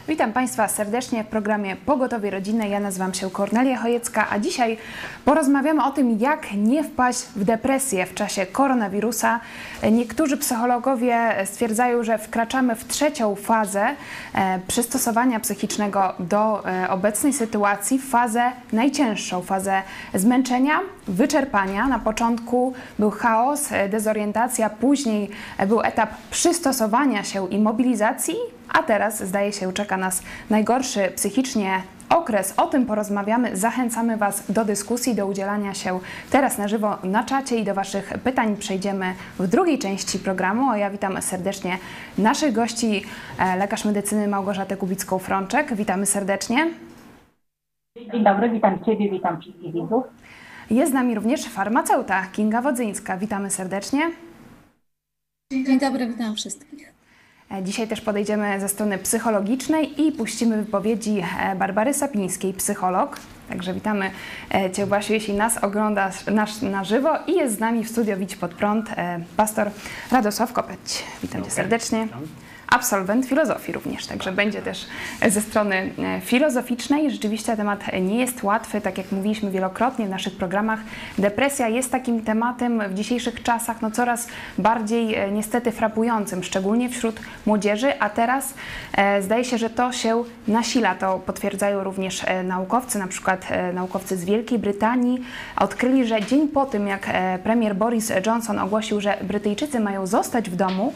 Witam Państwa serdecznie w programie Pogotowie Rodzinne. Ja nazywam się Kornelia Chojecka, a dzisiaj porozmawiamy o tym, jak nie wpaść w depresję w czasie koronawirusa. Niektórzy psychologowie stwierdzają, że wkraczamy w trzecią fazę przystosowania psychicznego do obecnej sytuacji, fazę najcięższą, fazę zmęczenia, wyczerpania. Na początku był chaos, dezorientacja, później był etap przystosowania się i mobilizacji, a teraz zdaje się czeka nas najgorszy psychicznie okres. O tym porozmawiamy. Zachęcamy Was do dyskusji, do udzielania się teraz na żywo na czacie i do Waszych pytań przejdziemy w drugiej części programu. A ja witam serdecznie naszych gości, lekarz medycyny Małgorzatę Kubicką-Frączek. Witamy serdecznie. Dzień dobry, witam Ciebie, witam wszystkich widzów. Jest z nami również farmaceuta Kinga Wodzyńska. Witamy serdecznie. Dzień dobry, witam wszystkich. Dzisiaj też podejdziemy ze strony psychologicznej i puścimy wypowiedzi Barbary Sapińskiej, psycholog. Także witamy Cię, Basiu, jeśli nas oglądasz na żywo. I jest z nami w studio Widź Pod Prąd pastor Radosław Kopeć. Witam Cię serdecznie. Absolwent filozofii również, także będzie też ze strony filozoficznej. Rzeczywiście temat nie jest łatwy, tak jak mówiliśmy wielokrotnie w naszych programach. Depresja jest takim tematem w dzisiejszych czasach coraz bardziej niestety frapującym, szczególnie wśród młodzieży, a teraz zdaje się, że to się nasila. To potwierdzają również naukowcy, na przykład naukowcy z Wielkiej Brytanii. Odkryli, że dzień po tym, jak premier Boris Johnson ogłosił, że Brytyjczycy mają zostać w domu,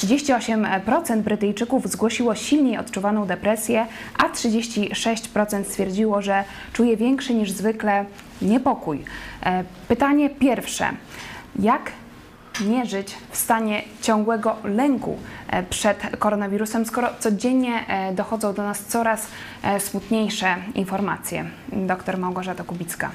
38% Brytyjczyków zgłosiło silniej odczuwaną depresję, a 36% stwierdziło, że czuje większy niż zwykle niepokój. Pytanie pierwsze. Jak nie żyć w stanie ciągłego lęku przed koronawirusem, skoro codziennie dochodzą do nas coraz smutniejsze informacje? Doktor Małgorzata Kubicka.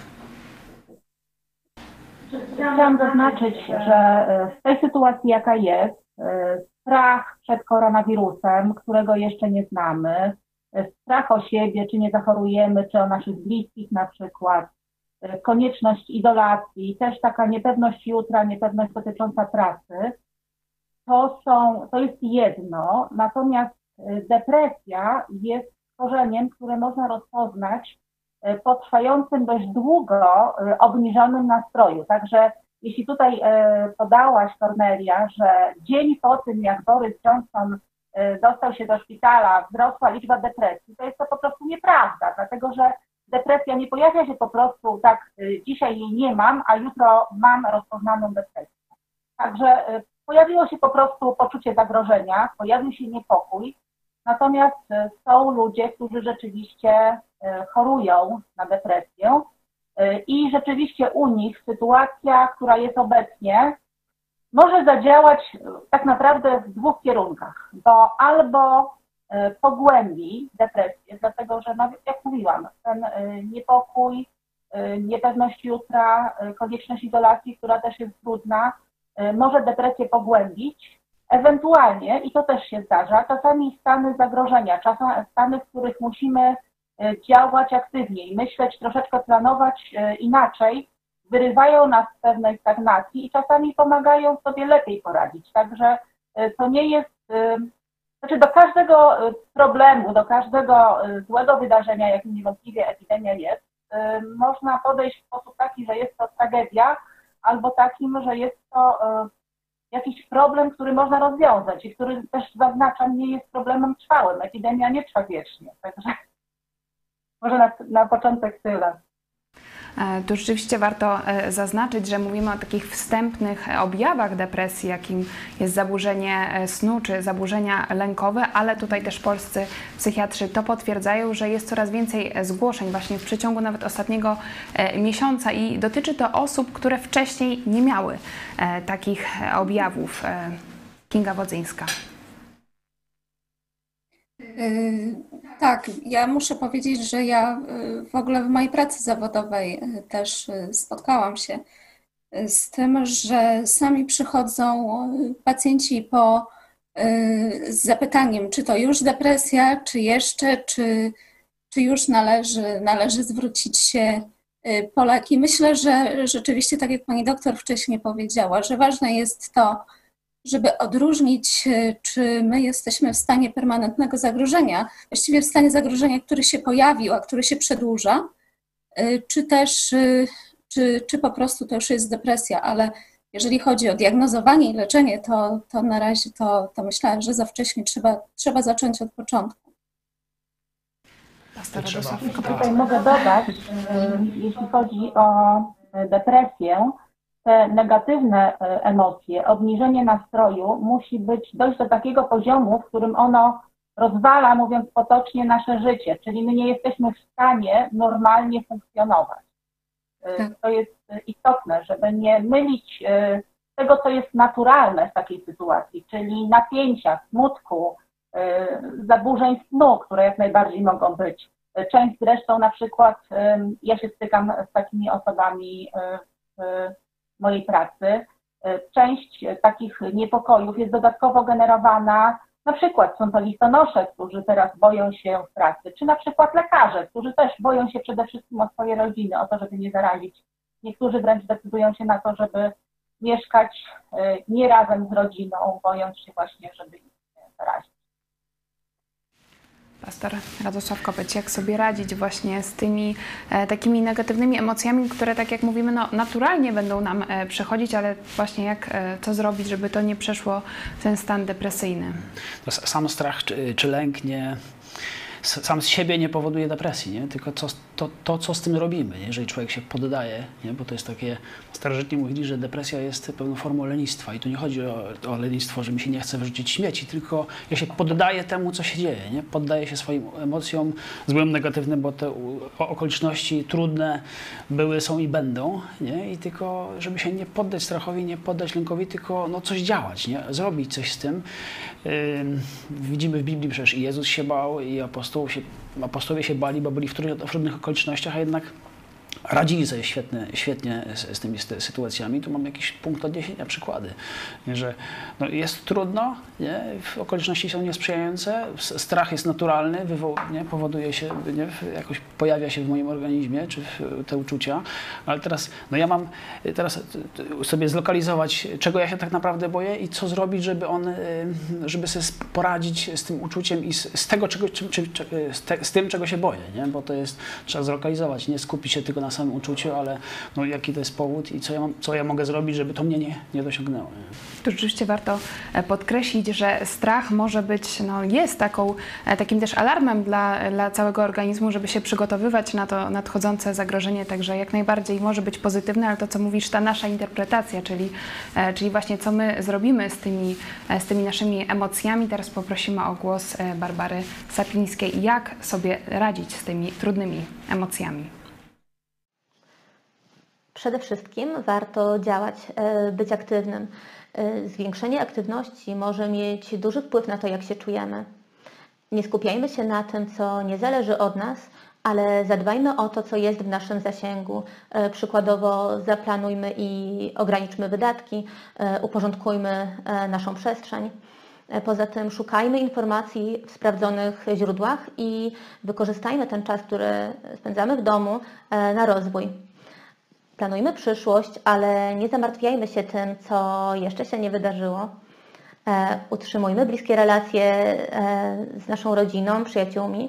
Chciałam zaznaczyć, że w tej sytuacji, jaka jest, strach przed koronawirusem, którego jeszcze nie znamy, strach o siebie, czy nie zachorujemy, czy o naszych bliskich na przykład, konieczność izolacji, też taka niepewność jutra, niepewność dotycząca pracy, to jest jedno, natomiast depresja jest schorzeniem, które można rozpoznać po trwającym dość długo obniżonym nastroju. Także jeśli tutaj podałaś, Kornelia, że dzień po tym, jak Boris Johnson dostał się do szpitala, wzrosła liczba depresji, to jest to po prostu nieprawda, dlatego że depresja nie pojawia się po prostu tak, dzisiaj jej nie mam, a jutro mam rozpoznaną depresję. Także pojawiło się po prostu poczucie zagrożenia, pojawił się niepokój, natomiast są ludzie, którzy rzeczywiście chorują na depresję, i rzeczywiście u nich sytuacja, która jest obecnie, może zadziałać tak naprawdę w dwóch kierunkach, bo albo pogłębi depresję, dlatego że, jak mówiłam, ten niepokój, niepewność jutra, konieczność izolacji, która też jest trudna, może depresję pogłębić, ewentualnie, i to też się zdarza, czasami stany zagrożenia, czasami stany, w których musimy działać aktywniej, myśleć, troszeczkę planować inaczej, wyrywają nas z pewnej stagnacji i czasami pomagają sobie lepiej poradzić. Także to nie jest, do każdego problemu, do każdego złego wydarzenia, jakim niewątpliwie epidemia jest, można podejść w sposób taki, że jest to tragedia, albo takim, że jest to jakiś problem, który można rozwiązać i który też, zaznaczam, nie jest problemem trwałym. Epidemia nie trwa wiecznie. Także może na początek tyle. Tu rzeczywiście warto zaznaczyć, że mówimy o takich wstępnych objawach depresji, jakim jest zaburzenie snu czy zaburzenia lękowe, ale tutaj też polscy psychiatrzy to potwierdzają, że jest coraz więcej zgłoszeń właśnie w przeciągu nawet ostatniego miesiąca i dotyczy to osób, które wcześniej nie miały takich objawów. Kinga Wodzyńska. Tak, ja muszę powiedzieć, że ja w ogóle w mojej pracy zawodowej też spotkałam się z tym, że sami przychodzą pacjenci z zapytaniem, czy to już depresja, czy jeszcze, czy już należy zwrócić się po leki. Myślę, że rzeczywiście, tak jak pani doktor wcześniej powiedziała, że ważne jest to, żeby odróżnić, czy my jesteśmy w stanie permanentnego zagrożenia, właściwie w stanie zagrożenia, który się pojawił, a który się przedłuża, czy też, czy po prostu to już jest depresja, ale jeżeli chodzi o diagnozowanie i leczenie, to na razie to myślałam, że za wcześnie trzeba zacząć od początku. Tutaj mogę dodać, jeśli chodzi o depresję, te negatywne emocje, obniżenie nastroju musi być dojść do takiego poziomu, w którym ono rozwala, mówiąc potocznie, nasze życie, czyli my nie jesteśmy w stanie normalnie funkcjonować. Tak. To jest istotne, żeby nie mylić tego, co jest naturalne w takiej sytuacji, czyli napięcia, smutku, zaburzeń snu, które jak najbardziej mogą być. Część zresztą na przykład, ja się stykam z takimi osobami w mojej pracy, część takich niepokojów jest dodatkowo generowana, na przykład są to listonosze, którzy teraz boją się w pracy, czy na przykład lekarze, którzy też boją się przede wszystkim o swoje rodziny, o to, żeby nie zarazić. Niektórzy wręcz decydują się na to, żeby mieszkać nie razem z rodziną, bojąc się właśnie, żeby ich nie zarazić. Pastor Radosław Kopeć, jak sobie radzić właśnie z tymi takimi negatywnymi emocjami, które, tak jak mówimy, no, naturalnie będą nam przechodzić, ale właśnie jak to zrobić, żeby to nie przeszło w ten stan depresyjny? Sam strach czy lęk sam z siebie nie powoduje depresji, nie? Tylko co z tym robimy, nie? Jeżeli człowiek się poddaje, nie? Bo to jest takie, starożytni mówili, że depresja jest pewną formą lenistwa i tu nie chodzi o lenistwo, że mi się nie chce wyrzucić śmieci, tylko ja się poddaję temu, co się dzieje, nie? Poddaję się swoim emocjom złym, negatywnym, bo te okoliczności trudne były, są i będą, nie? I tylko, żeby się nie poddać strachowi, nie poddać lękowi, tylko no, coś działać, nie? Zrobić coś z tym. Widzimy w Biblii przecież i Jezus się bał, i apostołowie się bali, bo byli w trudnych okolicznościach, a jednak radzili sobie świetnie z tymi sytuacjami. Tu mam jakiś punkt odniesienia, przykłady, że no jest trudno, nie? Okoliczności są niesprzyjające, strach jest naturalny, nie? Powoduje się, nie? Jakoś pojawia się w moim organizmie, czy te uczucia, ale teraz, no ja mam teraz sobie zlokalizować, czego ja się tak naprawdę boję i co zrobić, żeby sobie poradzić z tym uczuciem i z tego, z tym, czego się boję, nie? Bo to jest, trzeba zlokalizować, nie skupić się tylko na samym uczuciu, ale no, jaki to jest powód i co ja mogę zrobić, żeby to mnie nie dosiągnęło. Tu rzeczywiście warto podkreślić, że strach może być, no, jest takim też alarmem dla całego organizmu, żeby się przygotowywać na to nadchodzące zagrożenie, także jak najbardziej może być pozytywne, ale to, co mówisz, ta nasza interpretacja, czyli właśnie co my zrobimy z tymi naszymi emocjami. Teraz poprosimy o głos Barbary Sapińskiej. Jak sobie radzić z tymi trudnymi emocjami? Przede wszystkim warto działać, być aktywnym. Zwiększenie aktywności może mieć duży wpływ na to, jak się czujemy. Nie skupiajmy się na tym, co nie zależy od nas, ale zadbajmy o to, co jest w naszym zasięgu. Przykładowo zaplanujmy i ograniczmy wydatki, uporządkujmy naszą przestrzeń. Poza tym szukajmy informacji w sprawdzonych źródłach i wykorzystajmy ten czas, który spędzamy w domu, na rozwój. Planujmy przyszłość, ale nie zamartwiajmy się tym, co jeszcze się nie wydarzyło. Utrzymujmy bliskie relacje z naszą rodziną, przyjaciółmi.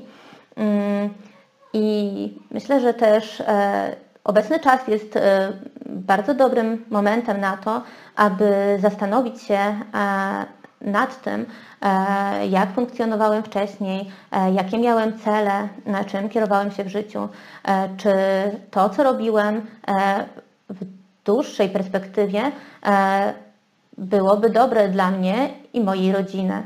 I myślę, że też obecny czas jest bardzo dobrym momentem na to, aby zastanowić się nad tym, jak funkcjonowałem wcześniej, jakie miałem cele, czym kierowałem się w życiu, czy to, co robiłem w dłuższej perspektywie byłoby dobre dla mnie i mojej rodziny.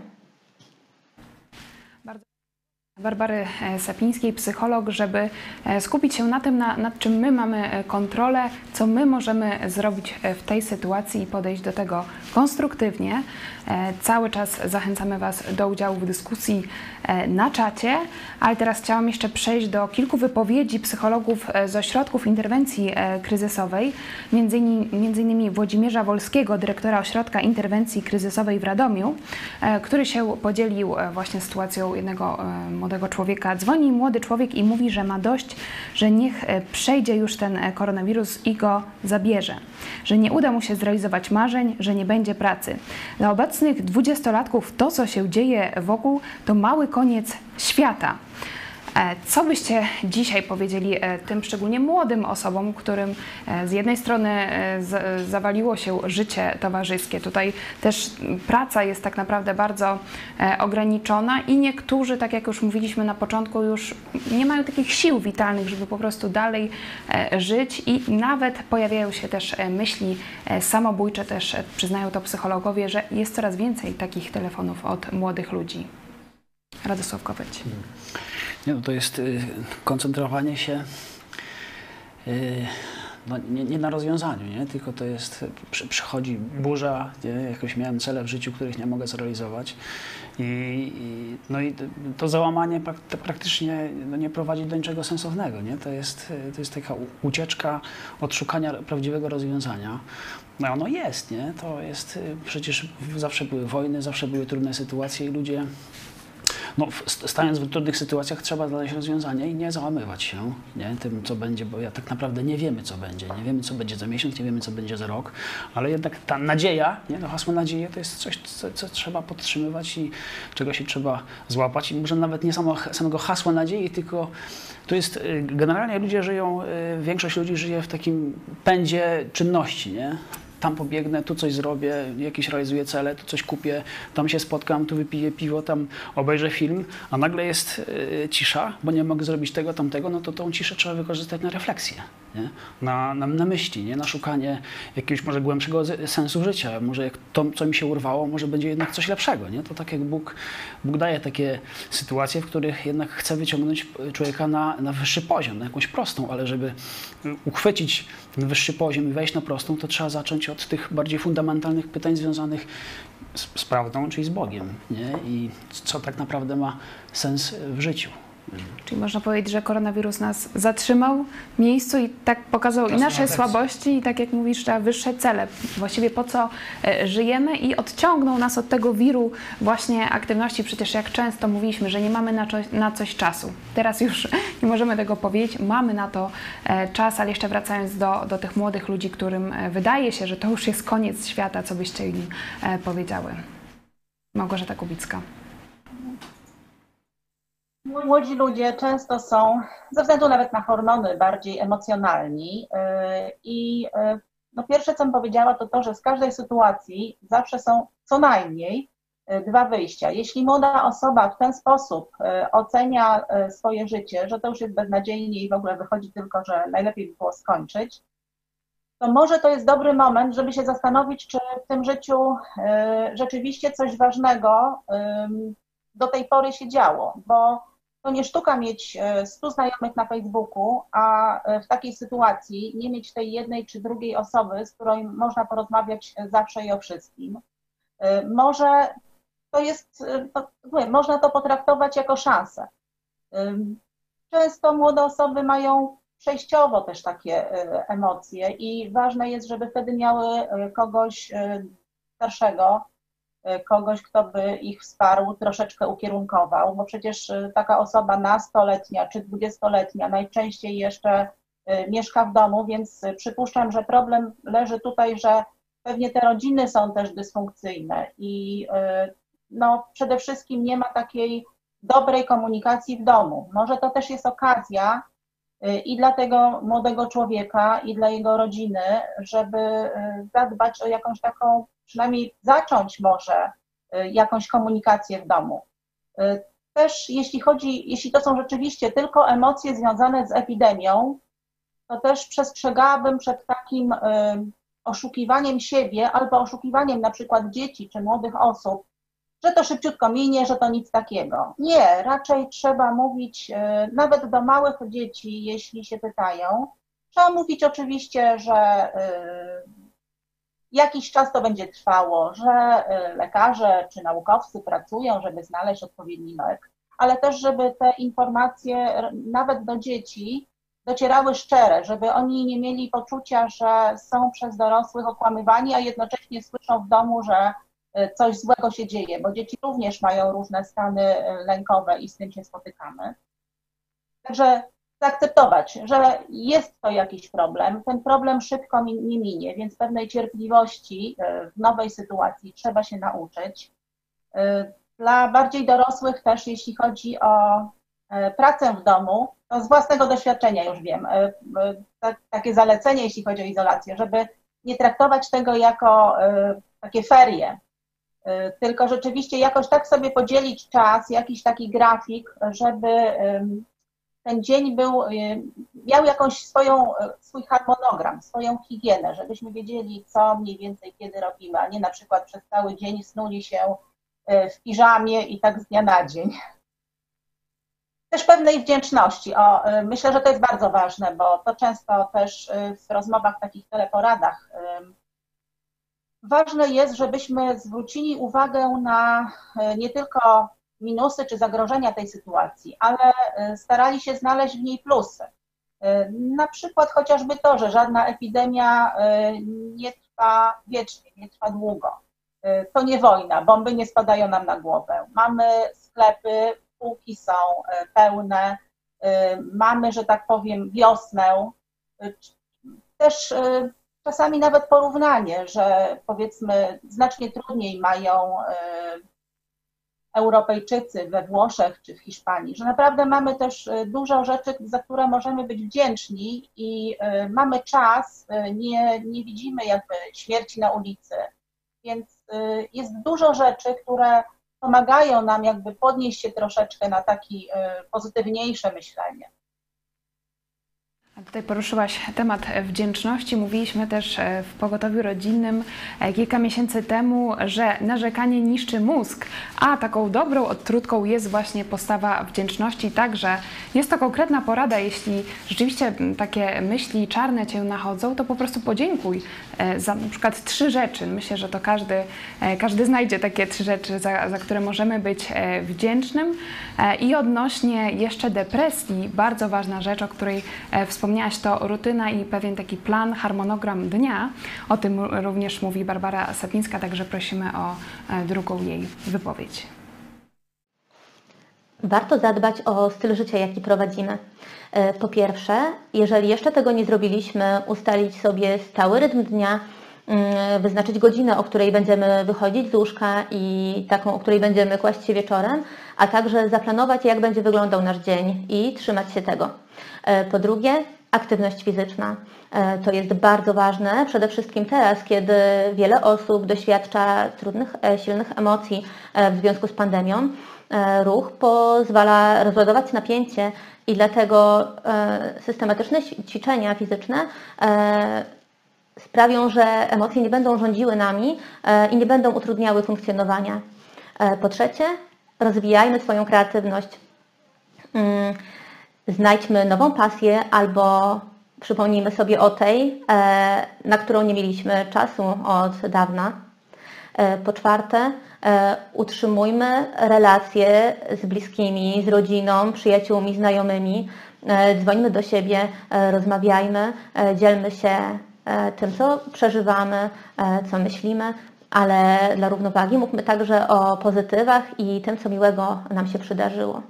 Barbary Sapińskiej, psycholog, żeby skupić się na tym, nad czym my mamy kontrolę, co my możemy zrobić w tej sytuacji i podejść do tego konstruktywnie. Cały czas zachęcamy Was do udziału w dyskusji na czacie, ale teraz chciałam jeszcze przejść do kilku wypowiedzi psychologów z ośrodków interwencji kryzysowej, między innymi Włodzimierza Wolskiego, dyrektora Ośrodka Interwencji Kryzysowej w Radomiu, który się podzielił właśnie sytuacją jednego młodego młodego człowieka. Dzwoni młody człowiek i mówi, że ma dość, że niech przejdzie już ten koronawirus i go zabierze. Że nie uda mu się zrealizować marzeń, że nie będzie pracy. Dla obecnych 20-latków to, co się dzieje wokół, to mały koniec świata. Co byście dzisiaj powiedzieli tym szczególnie młodym osobom, którym z jednej strony zawaliło się życie towarzyskie, tutaj też praca jest tak naprawdę bardzo ograniczona i niektórzy, tak jak już mówiliśmy na początku, już nie mają takich sił witalnych, żeby po prostu dalej żyć i nawet pojawiają się też myśli samobójcze, też przyznają to psychologowie, że jest coraz więcej takich telefonów od młodych ludzi. Radosław Kopeć. Nie, no to jest koncentrowanie się no, nie na rozwiązaniu, nie? Tylko to jest, przychodzi burza, nie? Jakoś miałem cele w życiu, których nie mogę zrealizować no i to załamanie praktycznie no, nie prowadzi do niczego sensownego, nie? To jest taka ucieczka od szukania prawdziwego rozwiązania. No ono jest, nie? To jest, przecież zawsze były wojny, zawsze były trudne sytuacje i ludzie no, stając w trudnych sytuacjach trzeba znaleźć rozwiązanie i nie załamywać się, nie, tym, co będzie, bo tak naprawdę nie wiemy, co będzie. Nie wiemy, co będzie za miesiąc, nie wiemy, co będzie za rok, ale jednak ta nadzieja, nie, to hasło nadzieje to jest coś, co trzeba podtrzymywać i czego się trzeba złapać. I może nawet nie samego hasła nadziei, tylko to jest, generalnie ludzie żyją, większość ludzi żyje w takim pędzie czynności, nie? Tam pobiegnę, tu coś zrobię, jakieś realizuję cele, tu coś kupię, tam się spotkam, tu wypiję piwo, tam obejrzę film, a nagle jest cisza, bo nie mogę zrobić tego, tamtego, no to tą ciszę trzeba wykorzystać na refleksję, nie? Na myśli, nie? Na szukanie jakiegoś może głębszego sensu życia, może jak to, co mi się urwało, może będzie jednak coś lepszego, nie? To tak jak Bóg daje takie sytuacje, w których jednak chce wyciągnąć człowieka na wyższy poziom, na jakąś prostą, ale żeby uchwycić ten wyższy poziom i wejść na prostą, to trzeba zacząć od tych bardziej fundamentalnych pytań związanych z prawdą, czyli z Bogiem, nie? I co tak naprawdę ma sens w życiu. Czyli można powiedzieć, że koronawirus nas zatrzymał w miejscu i tak pokazał i nasze słabości i tak jak mówisz, trzeba wyższe cele. Właściwie po co żyjemy i odciągnął nas od tego wiru właśnie aktywności. Przecież jak często mówiliśmy, że nie mamy na coś czasu. Teraz już nie możemy tego powiedzieć. Mamy na to czas, ale jeszcze wracając do tych młodych ludzi, którym wydaje się, że to już jest koniec świata, co byście im powiedziały? Małgorzata Kubicka. Młodzi ludzie często są, ze względu nawet na hormony, bardziej emocjonalni i no pierwsze, co bym powiedziała, to, że z każdej sytuacji zawsze są co najmniej dwa wyjścia. Jeśli młoda osoba w ten sposób ocenia swoje życie, że to już jest beznadziejnie i w ogóle wychodzi tylko, że najlepiej by było skończyć, to może to jest dobry moment, żeby się zastanowić, czy w tym życiu rzeczywiście coś ważnego do tej pory się działo, bo to nie sztuka mieć 100 znajomych na Facebooku, a w takiej sytuacji nie mieć tej jednej czy drugiej osoby, z którą można porozmawiać zawsze i o wszystkim. Może to jest, można to potraktować jako szansę. Często młode osoby mają przejściowo też takie emocje i ważne jest, żeby wtedy miały kogoś starszego, kogoś, kto by ich wsparł, troszeczkę ukierunkował, bo przecież taka osoba nastoletnia czy 20-letnia najczęściej jeszcze mieszka w domu, więc przypuszczam, że problem leży tutaj, że pewnie te rodziny są też dysfunkcyjne i no, przede wszystkim nie ma takiej dobrej komunikacji w domu. Może to też jest okazja i dla tego młodego człowieka, i dla jego rodziny, żeby zadbać o jakąś taką, przynajmniej zacząć może jakąś komunikację w domu. Też jeśli to są rzeczywiście tylko emocje związane z epidemią, to też przestrzegałabym przed takim oszukiwaniem siebie albo oszukiwaniem na przykład dzieci czy młodych osób, że to szybciutko minie, że to nic takiego. Nie, raczej trzeba mówić nawet do małych dzieci, jeśli się pytają. Trzeba mówić oczywiście, że jakiś czas to będzie trwało, że lekarze czy naukowcy pracują, żeby znaleźć odpowiedni lek, ale też, żeby te informacje nawet do dzieci docierały szczere, żeby oni nie mieli poczucia, że są przez dorosłych okłamywani, a jednocześnie słyszą w domu, że coś złego się dzieje, bo dzieci również mają różne stany lękowe i z tym się spotykamy. Także zaakceptować, że jest to jakiś problem, ten problem szybko nie minie, więc pewnej cierpliwości w nowej sytuacji trzeba się nauczyć. Dla bardziej dorosłych też, jeśli chodzi o pracę w domu, to z własnego doświadczenia już wiem, takie zalecenie, jeśli chodzi o izolację, żeby nie traktować tego jako takie ferie, tylko rzeczywiście jakoś tak sobie podzielić czas, jakiś taki grafik, żeby ten dzień miał jakąś swój harmonogram, swoją higienę, żebyśmy wiedzieli, co mniej więcej kiedy robimy, a nie na przykład przez cały dzień snuli się w piżamie i tak z dnia na dzień. Też pewnej wdzięczności. Myślę, że to jest bardzo ważne, bo to często też w rozmowach, takich teleporadach ważne jest, żebyśmy zwrócili uwagę na nie tylko minusy czy zagrożenia tej sytuacji, ale starali się znaleźć w niej plusy. Na przykład chociażby to, że żadna epidemia nie trwa wiecznie, nie trwa długo. To nie wojna, bomby nie spadają nam na głowę. Mamy sklepy, półki są pełne, mamy, że tak powiem, wiosnę. Też czasami nawet porównanie, że powiedzmy znacznie trudniej mają Europejczycy we Włoszech czy w Hiszpanii, że naprawdę mamy też dużo rzeczy, za które możemy być wdzięczni i mamy czas, nie widzimy jakby śmierci na ulicy, więc jest dużo rzeczy, które pomagają nam jakby podnieść się troszeczkę na takie pozytywniejsze myślenie. Tutaj poruszyłaś temat wdzięczności. Mówiliśmy też w pogotowiu rodzinnym kilka miesięcy temu, że narzekanie niszczy mózg, a taką dobrą odtrutką jest właśnie postawa wdzięczności. Także jest to konkretna porada, jeśli rzeczywiście takie myśli czarne Cię nachodzą, to po prostu podziękuj za na przykład 3 rzeczy. Myślę, że to każdy znajdzie takie 3 rzeczy, za które możemy być wdzięcznym. I odnośnie jeszcze depresji, bardzo ważna rzecz, o której wspomniałaś, to rutyna i pewien taki plan, harmonogram dnia. O tym również mówi Barbara Sapińska, także prosimy o drugą jej wypowiedź. Warto zadbać o styl życia, jaki prowadzimy. Po pierwsze, jeżeli jeszcze tego nie zrobiliśmy, ustalić sobie stały rytm dnia, wyznaczyć godzinę, o której będziemy wychodzić z łóżka i taką, o której będziemy kłaść się wieczorem, a także zaplanować, jak będzie wyglądał nasz dzień i trzymać się tego. Po drugie, aktywność fizyczna. To jest bardzo ważne, przede wszystkim teraz, kiedy wiele osób doświadcza trudnych, silnych emocji w związku z pandemią. Ruch pozwala rozładować napięcie i dlatego systematyczne ćwiczenia fizyczne sprawią, że emocje nie będą rządziły nami i nie będą utrudniały funkcjonowania. Po trzecie, rozwijajmy swoją kreatywność. Znajdźmy nową pasję albo przypomnijmy sobie o tej, na którą nie mieliśmy czasu od dawna. Po czwarte, utrzymujmy relacje z bliskimi, z rodziną, przyjaciółmi, znajomymi. Dzwońmy do siebie, rozmawiajmy, dzielmy się tym, co przeżywamy, co myślimy, ale dla równowagi mówmy także o pozytywach i tym, co miłego nam się przydarzyło.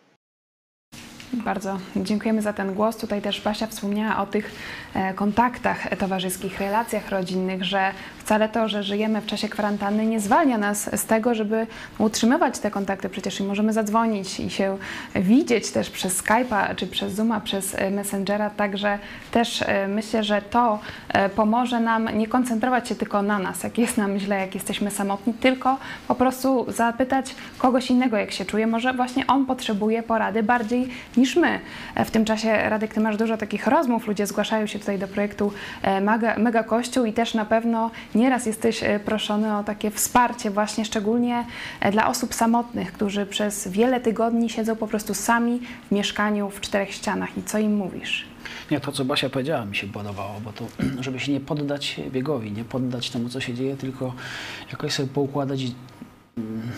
Bardzo dziękujemy za ten głos. Tutaj też Basia wspomniała o tych kontaktach towarzyskich, relacjach rodzinnych, że wcale to, że żyjemy w czasie kwarantanny, nie zwalnia nas z tego, żeby utrzymywać te kontakty. Przecież możemy zadzwonić i się widzieć też przez Skype'a, czy przez Zooma, przez Messengera. Także też myślę, że to pomoże nam nie koncentrować się tylko na nas, jak jest nam źle, jak jesteśmy samotni, tylko po prostu zapytać kogoś innego, jak się czuje. Może właśnie on potrzebuje porady bardziej niż my. W tym czasie, Radek, Ty masz dużo takich rozmów, ludzie zgłaszają się tutaj do projektu Mega Kościół i też na pewno nieraz jesteś proszony o takie wsparcie właśnie szczególnie dla osób samotnych, którzy przez wiele tygodni siedzą po prostu sami w mieszkaniu w 4 ścianach. I co im mówisz? Nie, to co Basia powiedziała mi się podobało, bo to, żeby się nie poddać biegowi, nie poddać temu, co się dzieje, tylko jakoś sobie poukładać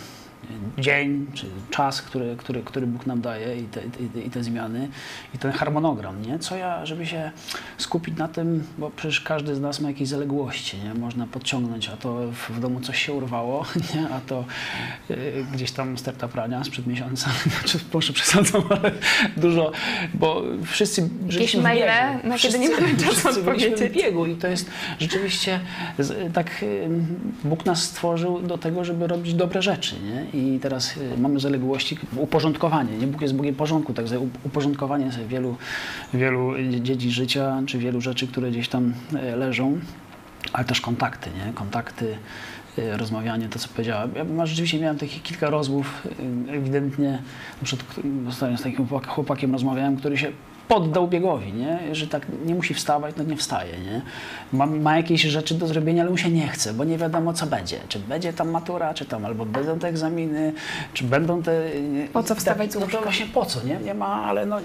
dzień, czy czas, który Bóg nam daje i te zmiany i ten harmonogram, nie? Żeby się skupić na tym, bo przecież każdy z nas ma jakieś zaległości, nie? Można podciągnąć, a to w domu coś się urwało, nie? A to gdzieś tam sterta prania sprzed miesiąca, znaczy, proszę przesadzam, ale dużo, bo wszyscy żyliśmy w maile, biedzie. na kiedy nie mamy czasu odpowiedzieć. W biegu i to jest rzeczywiście tak, Bóg nas stworzył do tego, żeby robić dobre rzeczy, nie? I teraz mamy zaległości, uporządkowanie, nie? Bóg jest Bogiem porządku, także uporządkowanie sobie wielu dziedzin życia, czy wielu rzeczy, które gdzieś tam leżą, ale też kontakty, nie? Kontakty, rozmawianie, to co powiedziałem. Ja rzeczywiście miałem takich kilka rozmów, ewidentnie, na przykład z takim chłopakiem rozmawiałem, który się poddał biegowi, nie? Że tak nie musi wstawać, no nie wstaje, nie? Ma jakieś rzeczy do zrobienia, ale mu się nie chce, bo nie wiadomo co będzie. Czy będzie tam matura, czy tam albo będą te egzaminy, czy będą te... Po co wstawać z łóżka? No to właśnie po co, nie? Nie ma, ale no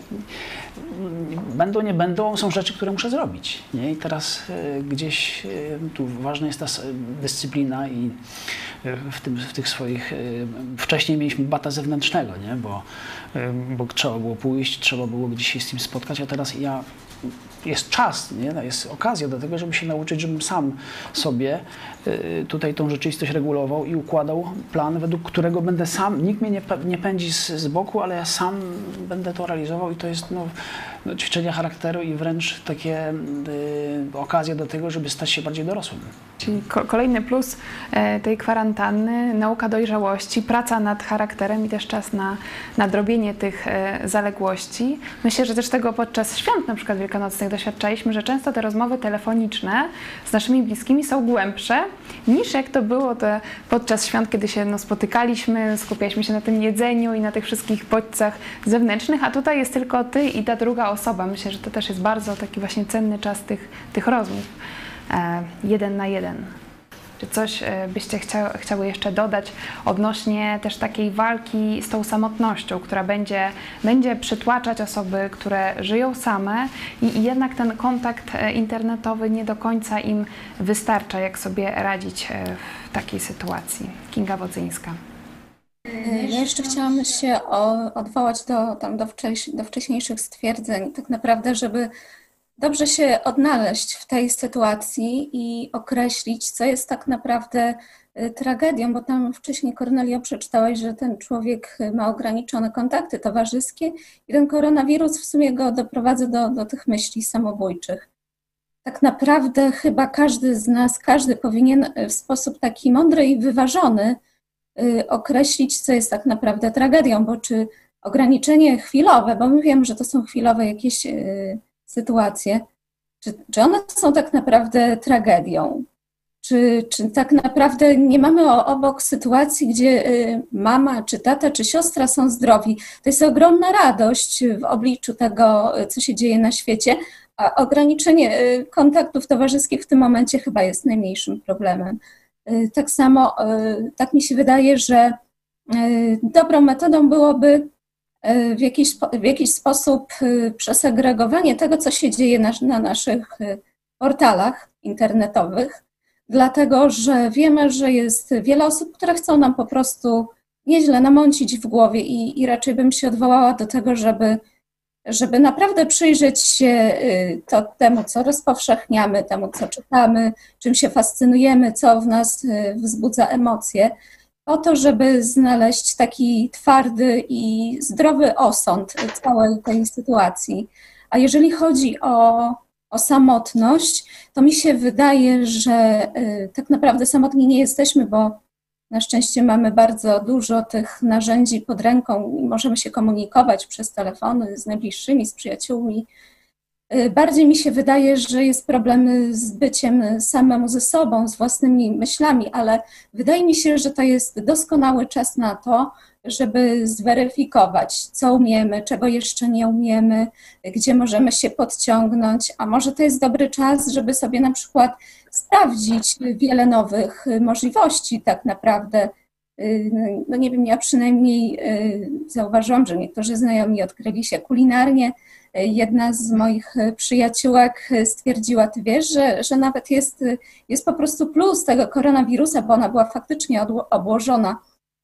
będą, nie będą, są rzeczy, które muszę zrobić, nie? I teraz gdzieś tu ważna jest ta dyscyplina i w tych swoich... Wcześniej mieliśmy bata zewnętrznego, nie? Bo trzeba było pójść, trzeba było gdzieś się z tym spotkać, a teraz jest czas, nie? Jest okazja do tego, żeby się nauczyć, żebym sam sobie tutaj tą rzeczywistość regulował i układał plan, według którego będę sam, nikt mnie nie pędzi z boku, ale ja sam będę to realizował i to jest ćwiczenie charakteru i wręcz takie okazja do tego, żeby stać się bardziej dorosłym. Czyli kolejny plus tej kwarantanny, nauka dojrzałości, praca nad charakterem i też czas na nadrobienie tych zaległości. Myślę, że też tego podczas świąt na przykład wielkanocnych doświadczaliśmy, że często te rozmowy telefoniczne z naszymi bliskimi są głębsze niż jak to było podczas świąt, kiedy się spotykaliśmy, skupialiśmy się na tym jedzeniu i na tych wszystkich bodźcach zewnętrznych, a tutaj jest tylko ty i ta druga osoba. Myślę, że to też jest bardzo taki właśnie cenny czas tych rozmów. 1 na 1. Czy coś byście chciały jeszcze dodać odnośnie też takiej walki z tą samotnością, która będzie przytłaczać osoby, które żyją same i jednak ten kontakt internetowy nie do końca im wystarcza, jak sobie radzić w takiej sytuacji? Kinga Wodzyńska. Ja jeszcze chciałam się odwołać do wcześniejszych stwierdzeń, tak naprawdę, żeby dobrze się odnaleźć w tej sytuacji i określić, co jest tak naprawdę tragedią, bo tam wcześniej, Kornelio, przeczytałaś, że ten człowiek ma ograniczone kontakty towarzyskie i ten koronawirus w sumie go doprowadza do tych myśli samobójczych. Tak naprawdę chyba każdy z nas, każdy powinien w sposób taki mądry i wyważony określić, co jest tak naprawdę tragedią, bo czy ograniczenie chwilowe, bo my wiemy, że to są chwilowe jakieś sytuacje, czy one są tak naprawdę tragedią? Czy tak naprawdę nie mamy obok sytuacji, gdzie mama, czy tata, czy siostra są zdrowi? To jest ogromna radość w obliczu tego, co się dzieje na świecie, a ograniczenie kontaktów towarzyskich w tym momencie chyba jest najmniejszym problemem. Tak samo, tak mi się wydaje, że dobrą metodą byłoby w jakiś sposób przesegregowanie tego, co się dzieje na naszych portalach internetowych, dlatego że wiemy, że jest wiele osób, które chcą nam po prostu nieźle namącić w głowie i raczej bym się odwołała do tego, żeby naprawdę przyjrzeć się temu, co rozpowszechniamy, temu, co czytamy, czym się fascynujemy, co w nas wzbudza emocje, po to, żeby znaleźć taki twardy i zdrowy osąd całej tej sytuacji. A jeżeli chodzi o samotność, to mi się wydaje, że tak naprawdę samotni nie jesteśmy, bo na szczęście mamy bardzo dużo tych narzędzi pod ręką i możemy się komunikować przez telefony z najbliższymi, z przyjaciółmi. Bardziej mi się wydaje, że jest problem z byciem samemu ze sobą, z własnymi myślami, ale wydaje mi się, że to jest doskonały czas na to, żeby zweryfikować, co umiemy, czego jeszcze nie umiemy, gdzie możemy się podciągnąć, a może to jest dobry czas, żeby sobie na przykład sprawdzić wiele nowych możliwości tak naprawdę. No nie wiem, ja przynajmniej zauważyłam, że niektórzy znajomi odkryli się kulinarnie. Jedna z moich przyjaciółek stwierdziła, ty wiesz, że nawet jest po prostu plus tego koronawirusa, bo ona była faktycznie obłożona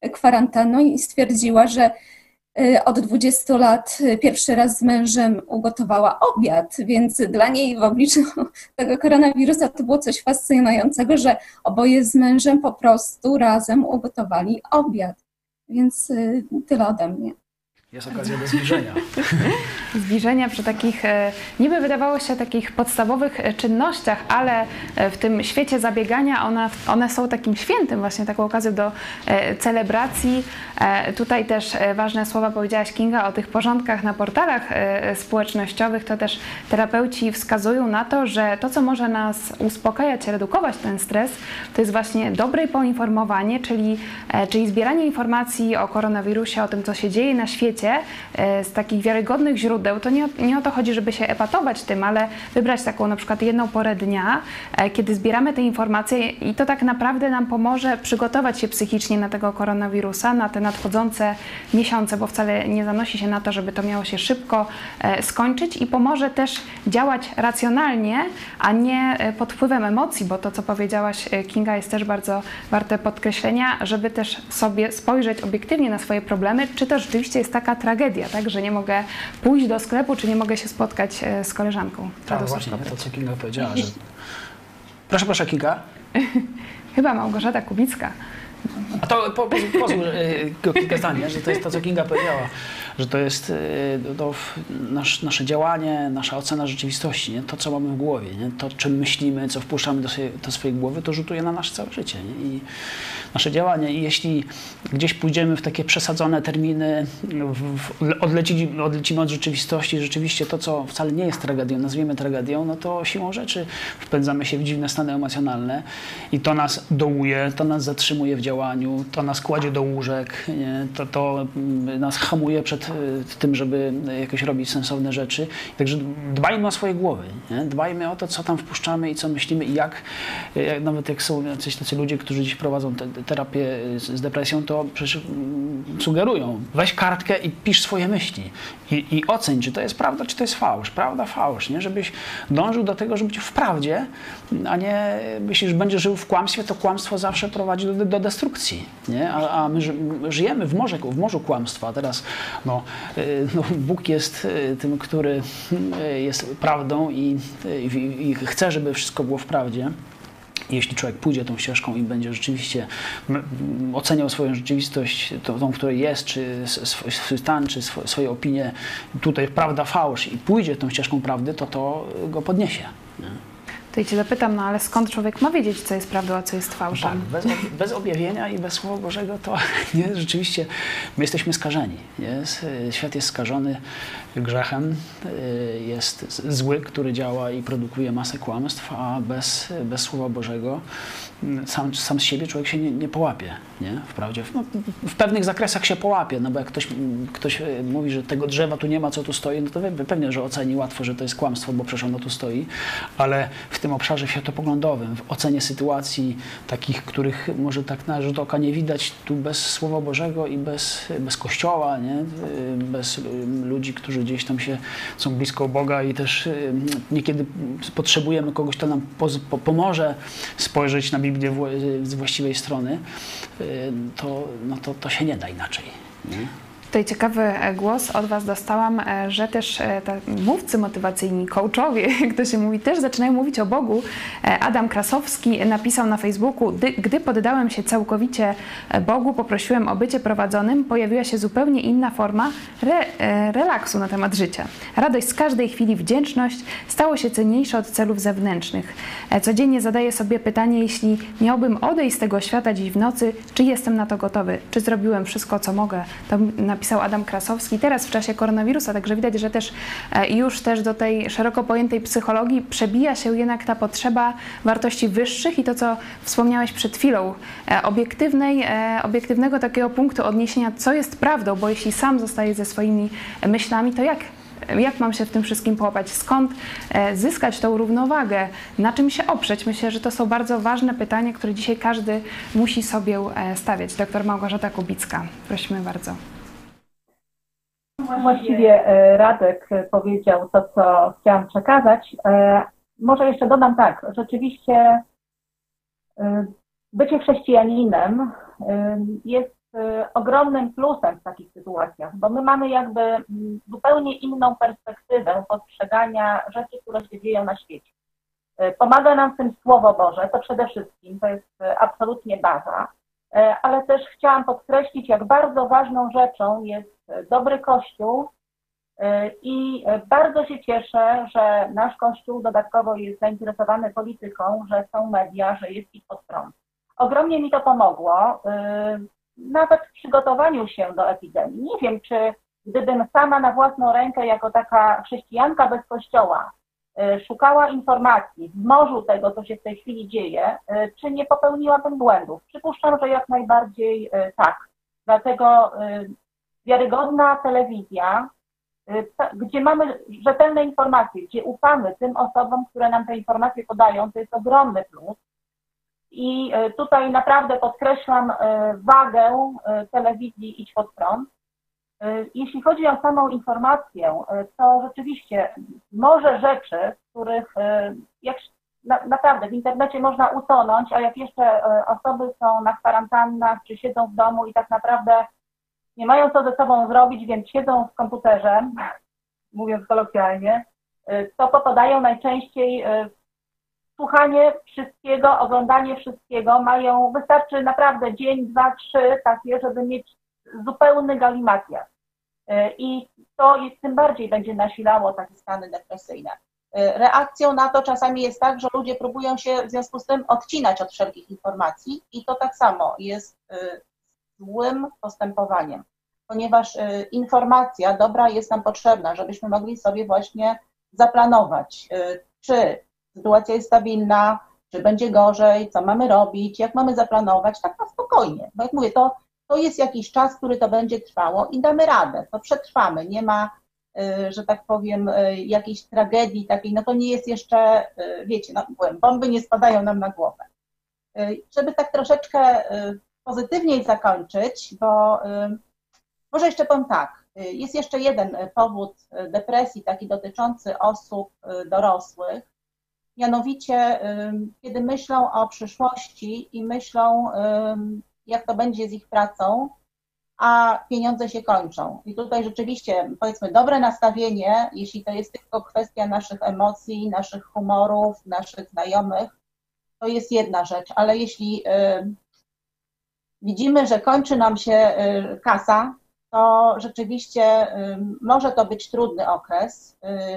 kwarantanną i stwierdziła, że od 20 lat pierwszy raz z mężem ugotowała obiad, więc dla niej w obliczu tego koronawirusa to było coś fascynującego, że oboje z mężem po prostu razem ugotowali obiad. Więc tyle ode mnie. Jest okazja do zbliżenia. Zbliżenia przy takich, niby wydawało się takich podstawowych czynnościach, ale w tym świecie zabiegania one są takim świętym, właśnie taką okazją do celebracji. Tutaj też ważne słowa powiedziałaś, Kinga, o tych porządkach na portalach społecznościowych. To też terapeuci wskazują na to, że to, co może nas uspokajać, redukować ten stres, to jest właśnie dobre poinformowanie, czyli zbieranie informacji o koronawirusie, o tym, co się dzieje na świecie, z takich wiarygodnych źródeł. To nie o to chodzi, żeby się epatować tym, ale wybrać taką na przykład jedną porę dnia, kiedy zbieramy te informacje i to tak naprawdę nam pomoże przygotować się psychicznie na tego koronawirusa, na te nadchodzące miesiące, bo wcale nie zanosi się na to, żeby to miało się szybko skończyć i pomoże też działać racjonalnie, a nie pod wpływem emocji, bo to, co powiedziałaś, Kinga, jest też bardzo warte podkreślenia, żeby też sobie spojrzeć obiektywnie na swoje problemy, czy to rzeczywiście jest taka tragedia, tak, że nie mogę pójść do sklepu, czy nie mogę się spotkać z koleżanką. Tak, właśnie, to co Kinga powiedziała, że... Proszę, Kinga. Chyba Małgorzata Kubicka. A to pozwól kilka zdanie, że to jest to, co Kinga powiedziała, że to jest nasze działanie, nasza ocena rzeczywistości, nie? To, co mamy w głowie, nie? To, czym myślimy, co wpuszczamy do swojej głowy, to rzutuje na nasze całe życie, nie? I nasze działanie. I jeśli gdzieś pójdziemy w takie przesadzone terminy, odlecimy od rzeczywistości, rzeczywiście to, co wcale nie jest tragedią, nazwijmy tragedią, no to siłą rzeczy wpędzamy się w dziwne stany emocjonalne i to nas dołuje, to nas zatrzymuje w działaniu, to nas kładzie do łóżek, nie? To nas hamuje przed tym, żeby jakoś robić sensowne rzeczy. Także dbajmy o swoje głowy, nie? Dbajmy o to, co tam wpuszczamy i co myślimy i nawet jak są jacyś tacy ludzie, którzy dziś prowadzą terapię z depresją, to przecież sugerują, weź kartkę i pisz swoje myśli i oceń, czy to jest prawda, czy to jest fałsz. Prawda, fałsz, nie? Żebyś dążył do tego, żeby być w prawdzie, a nie myślisz, że będziesz żył w kłamstwie, to kłamstwo zawsze prowadzi do destrukcji, nie? A my żyjemy w morzu kłamstwa. A teraz Bóg jest tym, który jest prawdą i chce, żeby wszystko było w prawdzie. Jeśli człowiek pójdzie tą ścieżką i będzie rzeczywiście oceniał swoją rzeczywistość, tą, której jest, czy swój stan, czy swoje opinie, tutaj prawda, fałsz i pójdzie tą ścieżką prawdy, to go podniesie. Nie? To cię zapytam, ale skąd człowiek ma wiedzieć, co jest prawdą, a co jest fałszem? Tak, bez objawienia i bez Słowa Bożego to nie, rzeczywiście my jesteśmy skażeni. Świat jest skażony grzechem, jest zły, który działa i produkuje masę kłamstw, a bez Słowa Bożego sam z siebie człowiek się nie połapie. Nie? Wprawdzie w pewnych zakresach się połapie, no bo jak ktoś mówi, że tego drzewa tu nie ma, co tu stoi, no to pewnie, że oceni łatwo, że to jest kłamstwo, bo przecież ono tu stoi, ale w tym obszarze światopoglądowym, w ocenie sytuacji takich, których może tak na rzut oka nie widać, tu bez Słowa Bożego i bez Kościoła, nie? Bez ludzi, którzy gdzieś tam są blisko Boga i też niekiedy potrzebujemy kogoś, kto nam pomoże spojrzeć na Biblię z właściwej strony, to się nie da inaczej. Nie? Tutaj ciekawy głos od Was dostałam, że też mówcy motywacyjni, coachowie, jak to się mówi, też zaczynają mówić o Bogu. Adam Krasowski napisał na Facebooku: gdy poddałem się całkowicie Bogu, poprosiłem o bycie prowadzonym, pojawiła się zupełnie inna forma relaksu na temat życia. Radość z każdej chwili, wdzięczność stało się cenniejsze od celów zewnętrznych. Codziennie zadaję sobie pytanie, jeśli miałbym odejść z tego świata dziś w nocy, czy jestem na to gotowy? Czy zrobiłem wszystko, co mogę? To napisał Adam Krasowski teraz w czasie koronawirusa, także widać, że też już też do tej szeroko pojętej psychologii przebija się jednak ta potrzeba wartości wyższych i to, co wspomniałeś przed chwilą, obiektywnego takiego punktu odniesienia, co jest prawdą, bo jeśli sam zostaję ze swoimi myślami, to jak mam się w tym wszystkim połapać? Skąd zyskać tą równowagę? Na czym się oprzeć? Myślę, że to są bardzo ważne pytania, które dzisiaj każdy musi sobie stawiać. Doktor Małgorzata Kubicka, prosimy bardzo. Właściwie Radek powiedział to, co chciałam przekazać. Może jeszcze dodam tak, rzeczywiście bycie chrześcijaninem jest ogromnym plusem w takich sytuacjach, bo my mamy jakby zupełnie inną perspektywę postrzegania rzeczy, które się dzieją na świecie. Pomaga nam w tym Słowo Boże, to przede wszystkim, to jest absolutnie baza, ale też chciałam podkreślić, jak bardzo ważną rzeczą jest dobry Kościół i bardzo się cieszę, że nasz Kościół dodatkowo jest zainteresowany polityką, że są media, że jest ich pod prąd. Ogromnie mi to pomogło, nawet w przygotowaniu się do epidemii. Nie wiem, czy gdybym sama na własną rękę, jako taka chrześcijanka bez kościoła, szukała informacji w morzu tego, co się w tej chwili dzieje, czy nie popełniłabym błędów. Przypuszczam, że jak najbardziej tak. Dlatego wiarygodna telewizja, gdzie mamy rzetelne informacje, gdzie ufamy tym osobom, które nam te informacje podają, to jest ogromny plus. I tutaj naprawdę podkreślam wagę telewizji Idź Pod Prąd. Jeśli chodzi o samą informację, to rzeczywiście może rzeczy, w których jak naprawdę w internecie można utonąć, a jak jeszcze osoby są na kwarantannach czy siedzą w domu i tak naprawdę nie mają co ze sobą zrobić, więc siedzą w komputerze, mówiąc kolokwialnie, to popadają najczęściej słuchanie wszystkiego, oglądanie wszystkiego. Wystarczy naprawdę dzień, 2, 3 takie, żeby mieć zupełny galimatias. I to tym bardziej będzie nasilało takie stany depresyjne. Reakcją na to czasami jest tak, że ludzie próbują się w związku z tym odcinać od wszelkich informacji i to tak samo jest złym postępowaniem, ponieważ informacja dobra jest nam potrzebna, żebyśmy mogli sobie właśnie zaplanować, czy sytuacja jest stabilna, czy będzie gorzej, co mamy robić, jak mamy zaplanować, tak na spokojnie. Bo jak mówię, to jest jakiś czas, który to będzie trwało i damy radę, to przetrwamy. Nie ma, że tak powiem, jakiejś tragedii takiej, no to nie jest jeszcze, wiecie, no, bomby nie spadają nam na głowę. Żeby tak troszeczkę pozytywniej zakończyć, bo może jeszcze powiem tak, jest jeszcze jeden powód depresji, taki dotyczący osób dorosłych, mianowicie kiedy myślą o przyszłości i myślą, jak to będzie z ich pracą, a pieniądze się kończą. I tutaj rzeczywiście, powiedzmy, dobre nastawienie, jeśli to jest tylko kwestia naszych emocji, naszych humorów, naszych znajomych, to jest jedna rzecz, ale jeśli widzimy, że kończy nam się kasa, to rzeczywiście może to być trudny okres.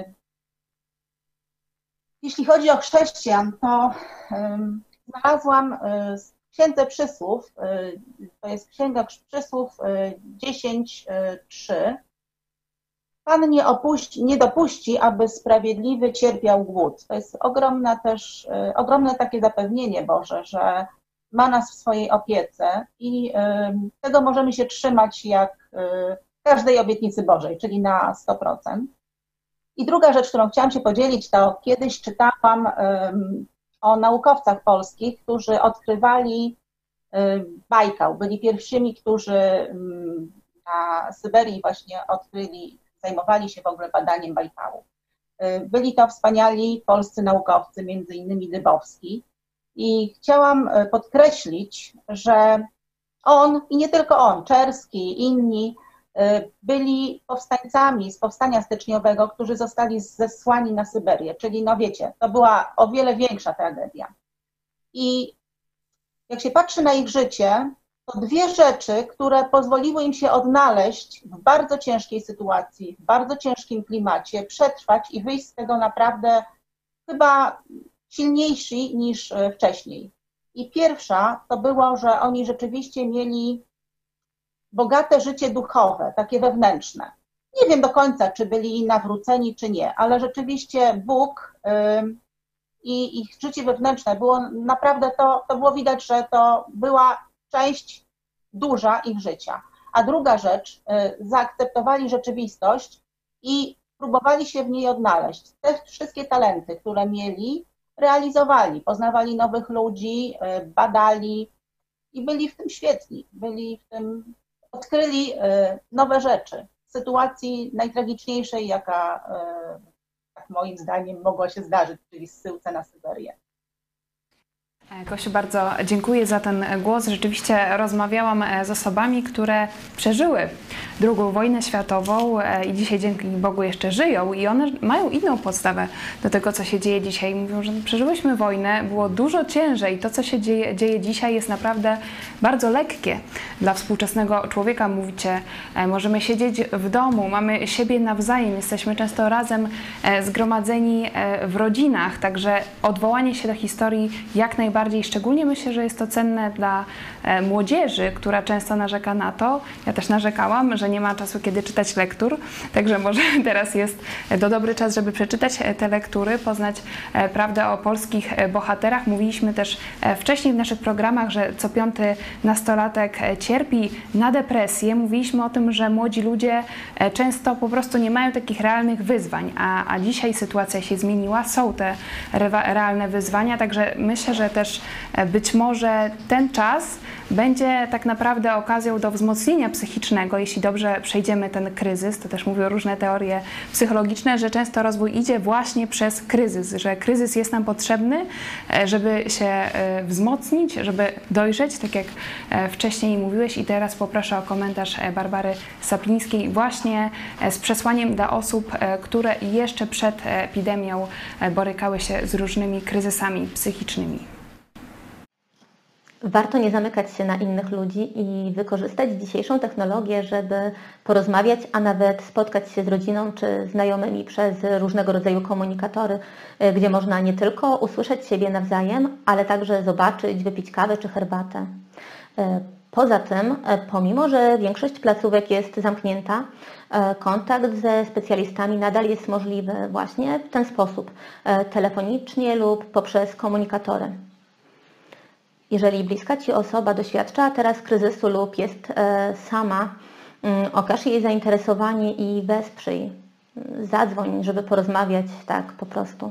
Jeśli chodzi o chrześcijan, to znalazłam w Księdze Przysłów, to jest Księga Przysłów 10:3. Pan nie dopuści, aby sprawiedliwy cierpiał głód. To jest ogromne takie zapewnienie Boże, że ma nas w swojej opiece i tego możemy się trzymać jak każdej obietnicy Bożej, czyli na 100%. I druga rzecz, którą chciałam się podzielić, to kiedyś czytałam o naukowcach polskich, którzy odkrywali Bajkał. Byli pierwszymi, którzy na Syberii właśnie zajmowali się w ogóle badaniem Bajkału. Byli to wspaniali polscy naukowcy, między innymi Dybowski. I chciałam podkreślić, że on, i nie tylko on, Czerski i inni, byli powstańcami z powstania styczniowego, którzy zostali zesłani na Syberię. Czyli, no wiecie, to była o wiele większa tragedia. I jak się patrzy na ich życie, to dwie rzeczy, które pozwoliły im się odnaleźć w bardzo ciężkiej sytuacji, w bardzo ciężkim klimacie, przetrwać i wyjść z tego naprawdę chyba silniejsi niż wcześniej. I pierwsza to było, że oni rzeczywiście mieli bogate życie duchowe, takie wewnętrzne. Nie wiem do końca, czy byli nawróceni, czy nie, ale rzeczywiście Bóg i ich życie wewnętrzne było naprawdę, to było widać, że to była część duża ich życia. A druga rzecz, zaakceptowali rzeczywistość i próbowali się w niej odnaleźć. Te wszystkie talenty, które mieli, realizowali, poznawali nowych ludzi, badali i byli w tym świetni, odkryli nowe rzeczy w sytuacji najtragiczniejszej, jaka moim zdaniem mogła się zdarzyć, czyli zsyłce na Syberię. Kosiu, bardzo dziękuję za ten głos. Rzeczywiście rozmawiałam z osobami, które przeżyły II wojnę światową i dzisiaj dzięki Bogu jeszcze żyją i one mają inną podstawę do tego, co się dzieje dzisiaj. Mówią, że przeżyłyśmy wojnę, było dużo ciężej. To, co się dzieje dzisiaj, jest naprawdę bardzo lekkie dla współczesnego człowieka. Mówicie, możemy siedzieć w domu, mamy siebie nawzajem, jesteśmy często razem zgromadzeni w rodzinach, także odwołanie się do historii jak najbardziej, szczególnie myślę, że jest to cenne dla młodzieży, która często narzeka na to, ja też narzekałam, że nie ma czasu, kiedy czytać lektur, także może teraz jest dobry czas, żeby przeczytać te lektury, poznać prawdę o polskich bohaterach. Mówiliśmy też wcześniej w naszych programach, że co 5. nastolatek cierpi na depresję. Mówiliśmy o tym, że młodzi ludzie często po prostu nie mają takich realnych wyzwań, a dzisiaj sytuacja się zmieniła, są te realne wyzwania, także myślę, że też być może ten czas będzie tak naprawdę okazją do wzmocnienia psychicznego, jeśli dobrze przejdziemy ten kryzys. To też mówią różne teorie psychologiczne, że często rozwój idzie właśnie przez kryzys, że kryzys jest nam potrzebny, żeby się wzmocnić, żeby dojrzeć, tak jak wcześniej mówiłeś. I teraz poproszę o komentarz Barbary Sapińskiej właśnie z przesłaniem dla osób, które jeszcze przed epidemią borykały się z różnymi kryzysami psychicznymi. Warto nie zamykać się na innych ludzi i wykorzystać dzisiejszą technologię, żeby porozmawiać, a nawet spotkać się z rodziną czy znajomymi przez różnego rodzaju komunikatory, gdzie można nie tylko usłyszeć siebie nawzajem, ale także zobaczyć, wypić kawę czy herbatę. Poza tym, pomimo że większość placówek jest zamknięta, kontakt ze specjalistami nadal jest możliwy właśnie w ten sposób, telefonicznie lub poprzez komunikatory. Jeżeli bliska Ci osoba doświadcza teraz kryzysu lub jest sama, okaż jej zainteresowanie i wesprzyj. Zadzwoń, żeby porozmawiać tak po prostu.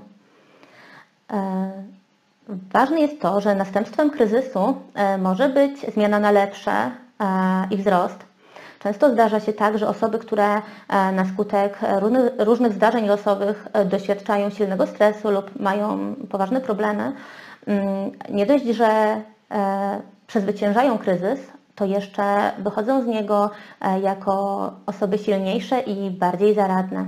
Ważne jest to, że następstwem kryzysu może być zmiana na lepsze i wzrost. Często zdarza się tak, że osoby, które na skutek różnych zdarzeń losowych doświadczają silnego stresu lub mają poważne problemy, nie dość, że przezwyciężają kryzys, to jeszcze wychodzą z niego jako osoby silniejsze i bardziej zaradne.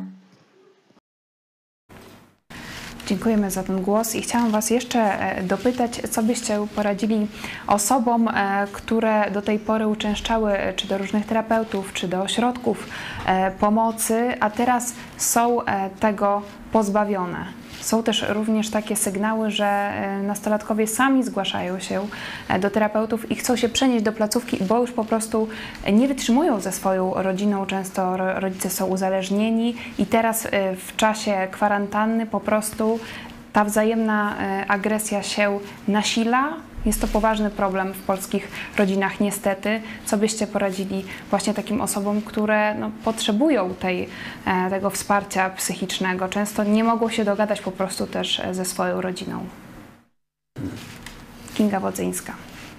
Dziękujemy za ten głos i chciałam Was jeszcze dopytać, co byście poradzili osobom, które do tej pory uczęszczały czy do różnych terapeutów, czy do ośrodków pomocy, a teraz są tego pozbawione. Są też również takie sygnały, że nastolatkowie sami zgłaszają się do terapeutów i chcą się przenieść do placówki, bo już po prostu nie wytrzymują ze swoją rodziną. Często rodzice są uzależnieni i teraz w czasie kwarantanny po prostu ta wzajemna agresja się nasila. Jest to poważny problem w polskich rodzinach niestety. Co byście poradzili właśnie takim osobom, które potrzebują tego wsparcia psychicznego? Często nie mogą się dogadać po prostu też ze swoją rodziną. Kinga Wodzyńska.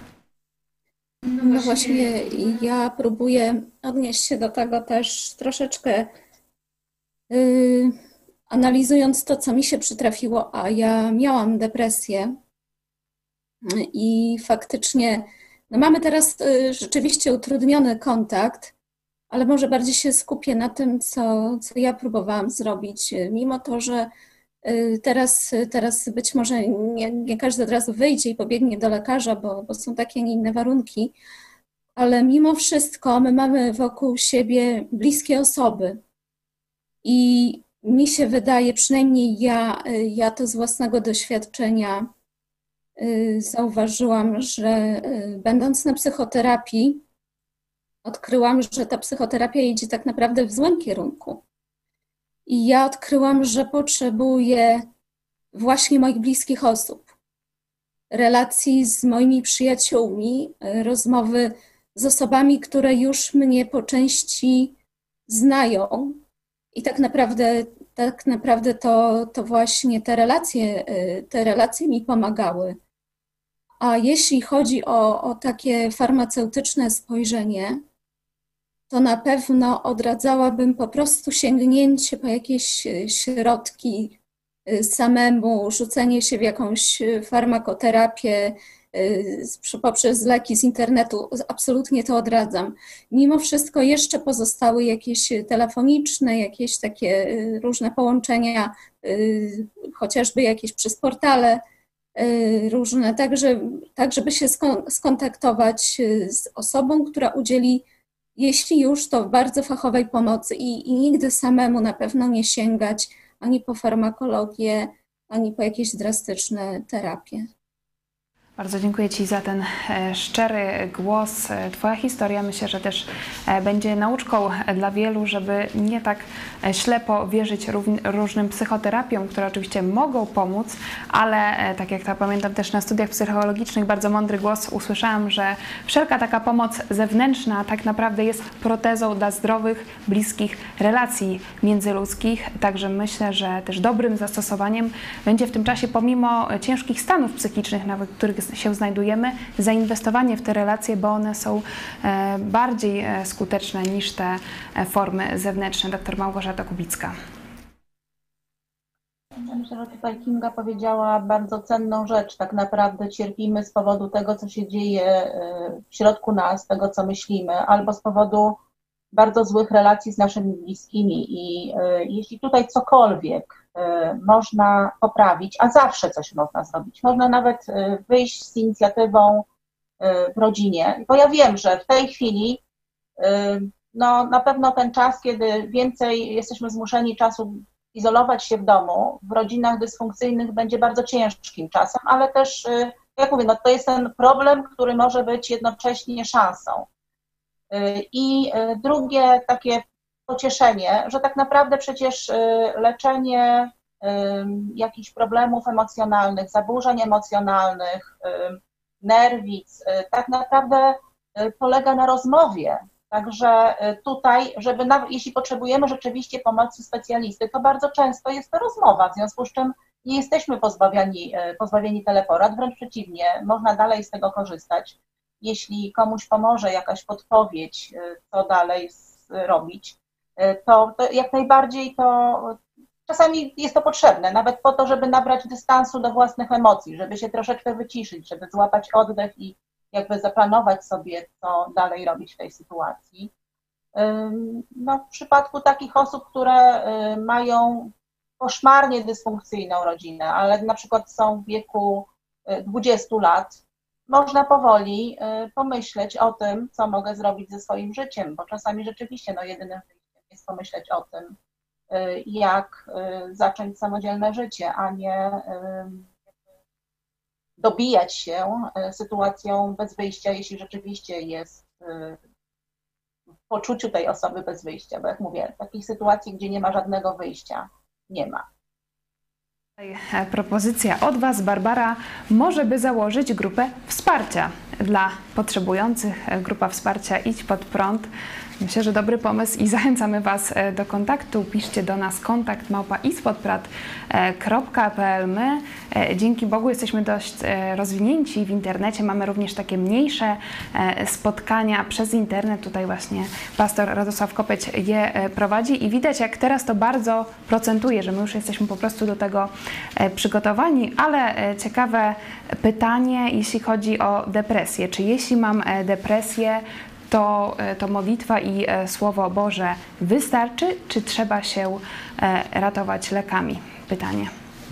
No właśnie, ja próbuję odnieść się do tego też troszeczkę analizując to, co mi się przytrafiło, a ja miałam depresję. I faktycznie mamy teraz rzeczywiście utrudniony kontakt, ale może bardziej się skupię na tym, co ja próbowałam zrobić. Mimo to, że teraz być może nie każdy od razu wyjdzie i pobiegnie do lekarza, bo są takie, nie inne warunki, ale mimo wszystko my mamy wokół siebie bliskie osoby. I mi się wydaje, przynajmniej ja to z własnego doświadczenia zauważyłam, że będąc na psychoterapii, odkryłam, że ta psychoterapia idzie tak naprawdę w złym kierunku. I ja odkryłam, że potrzebuję właśnie moich bliskich osób, relacji z moimi przyjaciółmi, rozmowy z osobami, które już mnie po części znają. I tak naprawdę to właśnie te relacje mi pomagały. A jeśli chodzi o takie farmaceutyczne spojrzenie, to na pewno odradzałabym po prostu sięgnięcie po jakieś środki samemu, rzucenie się w jakąś farmakoterapię poprzez leki z internetu, absolutnie to odradzam. Mimo wszystko jeszcze pozostały jakieś telefoniczne, jakieś takie różne połączenia, chociażby jakieś przez portale różne, tak żeby się skontaktować z osobą, która udzieli, jeśli już, to bardzo fachowej pomocy i nigdy samemu na pewno nie sięgać ani po farmakologię, ani po jakieś drastyczne terapie. Bardzo dziękuję Ci za ten szczery głos. Twoja historia myślę, że też będzie nauczką dla wielu, żeby nie tak ślepo wierzyć różnym psychoterapiom, które oczywiście mogą pomóc, ale tak jak to pamiętam też na studiach psychologicznych, bardzo mądry głos usłyszałam, że wszelka taka pomoc zewnętrzna tak naprawdę jest protezą dla zdrowych, bliskich relacji międzyludzkich. Także myślę, że też dobrym zastosowaniem będzie w tym czasie, pomimo ciężkich stanów psychicznych, nawet których się znajdujemy, zainwestowanie w te relacje, bo one są bardziej skuteczne niż te formy zewnętrzne. Dr Małgorzata Kubicka. Myślę, że tutaj Kinga powiedziała bardzo cenną rzecz. Tak naprawdę cierpimy z powodu tego, co się dzieje w środku nas, tego, co myślimy, albo z powodu bardzo złych relacji z naszymi bliskimi. I jeśli tutaj cokolwiek można poprawić, a zawsze coś można zrobić, można nawet wyjść z inicjatywą w rodzinie, bo ja wiem, że w tej chwili no, na pewno ten czas, kiedy więcej jesteśmy zmuszeni czasu izolować się w domu, w rodzinach dysfunkcyjnych będzie bardzo ciężkim czasem, ale też, jak mówię, no, to jest ten problem, który może być jednocześnie szansą. I drugie takie pocieszenie, że tak naprawdę przecież leczenie jakichś problemów emocjonalnych, zaburzeń emocjonalnych, nerwic, tak naprawdę polega na rozmowie. Także tutaj, jeśli potrzebujemy rzeczywiście pomocy specjalisty, to bardzo często jest to rozmowa, w związku z czym nie jesteśmy pozbawieni teleporad, wręcz przeciwnie, można dalej z tego korzystać. Jeśli komuś pomoże jakaś podpowiedź, co dalej robić, to jak najbardziej czasami jest to potrzebne, nawet po to, żeby nabrać dystansu do własnych emocji, żeby się troszeczkę wyciszyć, żeby złapać oddech i jakby zaplanować sobie, co dalej robić w tej sytuacji. No, w przypadku takich osób, które mają koszmarnie dysfunkcyjną rodzinę, ale na przykład są w wieku 20 lat, można powoli pomyśleć o tym, co mogę zrobić ze swoim życiem, bo czasami rzeczywiście jedynym wyjściem jest pomyśleć o tym, jak zacząć samodzielne życie, a nie dobijać się sytuacją bez wyjścia, jeśli rzeczywiście jest w poczuciu tej osoby bez wyjścia, bo jak mówię, takich sytuacji, gdzie nie ma żadnego wyjścia, nie ma. Propozycja od Was, Barbara, może by założyć grupę wsparcia dla potrzebujących. Grupa wsparcia Idź Pod Prąd. Myślę, że dobry pomysł i zachęcamy Was do kontaktu. Piszcie do nas kontakt@ispodprat.pl. My dzięki Bogu jesteśmy dość rozwinięci w internecie. Mamy również takie mniejsze spotkania przez internet. Tutaj właśnie pastor Radosław Kopeć je prowadzi i widać, jak teraz to bardzo procentuje, że my już jesteśmy po prostu do tego przygotowani, ale ciekawe pytanie, jeśli chodzi o depresję. Czy jeśli mam depresję, to modlitwa i Słowo Boże wystarczy, czy trzeba się ratować lekami? Pytanie.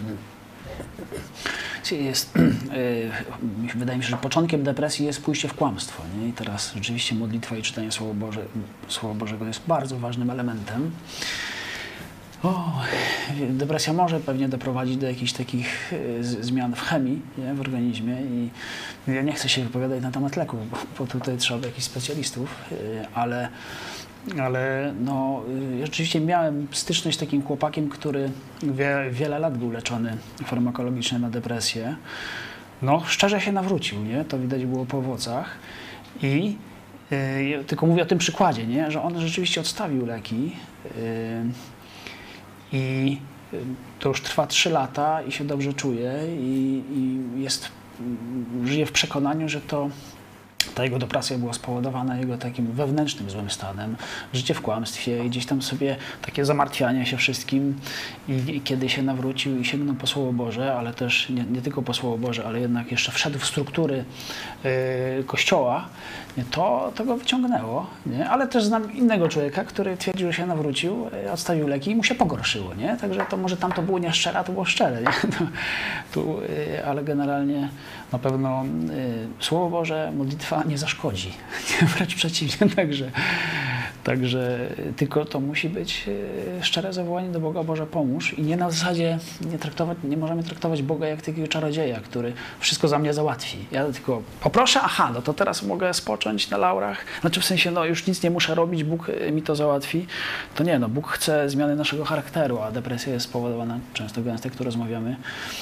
Wydaje mi się, że początkiem depresji jest pójście w kłamstwo. Nie? I teraz rzeczywiście modlitwa i czytanie Słowa Bożego jest bardzo ważnym elementem. Depresja może pewnie doprowadzić do jakichś takich zmian w chemii, nie, w organizmie i ja nie chcę się wypowiadać na temat leków, bo tutaj trzeba jakichś specjalistów, ale no, ja rzeczywiście miałem styczność z takim chłopakiem, który wiele lat był leczony farmakologicznie na depresję. No, szczerze się nawrócił, nie? To widać było po owocach i tylko mówię o tym przykładzie, nie? Że on rzeczywiście odstawił leki. I to już trwa 3 lata i się dobrze czuje i żyje w przekonaniu, że to ta jego depresja była spowodowana jego takim wewnętrznym złym stanem, życie w kłamstwie i gdzieś tam sobie takie zamartwianie się wszystkim i kiedy się nawrócił i sięgnął po Słowo Boże, ale też nie tylko po Słowo Boże, ale jednak jeszcze wszedł w struktury Kościoła, to go wyciągnęło, nie? Ale też znam innego człowieka, który twierdził, że się nawrócił, odstawił leki i mu się pogorszyło, nie? Także to może tam to było nieszczere, a to było szczere, nie? Ale generalnie na pewno Słowo Boże, modlitwa nie zaszkodzi, nie? Wręcz przeciwnie, także tylko to musi być szczere zawołanie do Boga, Boże pomóż i nie na zasadzie nie możemy traktować Boga jak takiego czarodzieja, który wszystko za mnie załatwi. Ja tylko poproszę, no to teraz mogę spocząć na laurach, znaczy w sensie, już nic nie muszę robić, Bóg mi to załatwi. To nie, Bóg chce zmiany naszego charakteru, a depresja jest spowodowana często, gęsto, jak tu rozmawiamy,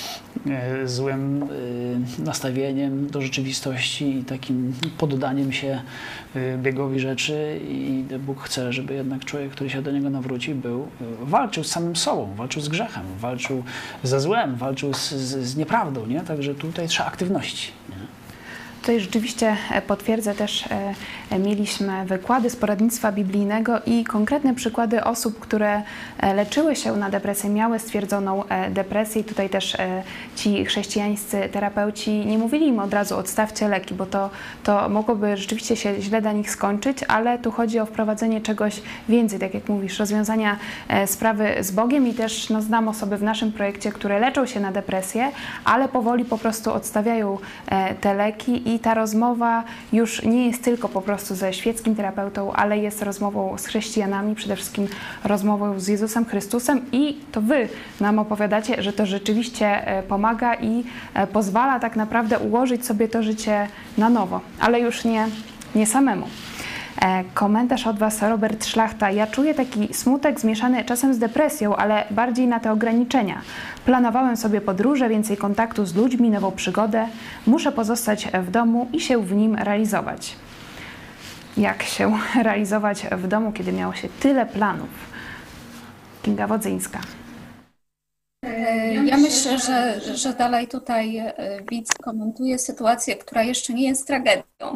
złym nastawieniem do rzeczywistości i takim poddaniem się biegowi rzeczy i Bóg chce, żeby jednak człowiek, który się do Niego nawróci, walczył z samym sobą, walczył z grzechem, walczył ze złem, walczył z nieprawdą, nie? Także tutaj trzeba aktywności. Nie? Tutaj rzeczywiście potwierdzę też, mieliśmy wykłady z poradnictwa biblijnego i konkretne przykłady osób, które leczyły się na depresję, miały stwierdzoną depresję i tutaj też ci chrześcijańscy terapeuci nie mówili im od razu odstawcie leki, bo to mogłoby rzeczywiście się źle dla nich skończyć, ale tu chodzi o wprowadzenie czegoś więcej, tak jak mówisz, rozwiązania sprawy z Bogiem i też znam osoby w naszym projekcie, które leczą się na depresję, ale powoli po prostu odstawiają te leki i ta rozmowa już nie jest tylko po prostu ze świeckim terapeutą, ale jest rozmową z chrześcijanami, przede wszystkim rozmową z Jezusem Chrystusem i to Wy nam opowiadacie, że to rzeczywiście pomaga i pozwala tak naprawdę ułożyć sobie to życie na nowo, ale już nie samemu. Komentarz od Was, Robert Szlachta. Ja czuję taki smutek zmieszany czasem z depresją, ale bardziej na te ograniczenia. Planowałem sobie podróże, więcej kontaktu z ludźmi, nową przygodę. Muszę pozostać w domu i się w nim realizować. Jak się realizować w domu, kiedy miało się tyle planów? Kinga Wodzyńska. Ja myślę, że dalej tutaj widz komentuje sytuację, która jeszcze nie jest tragedią.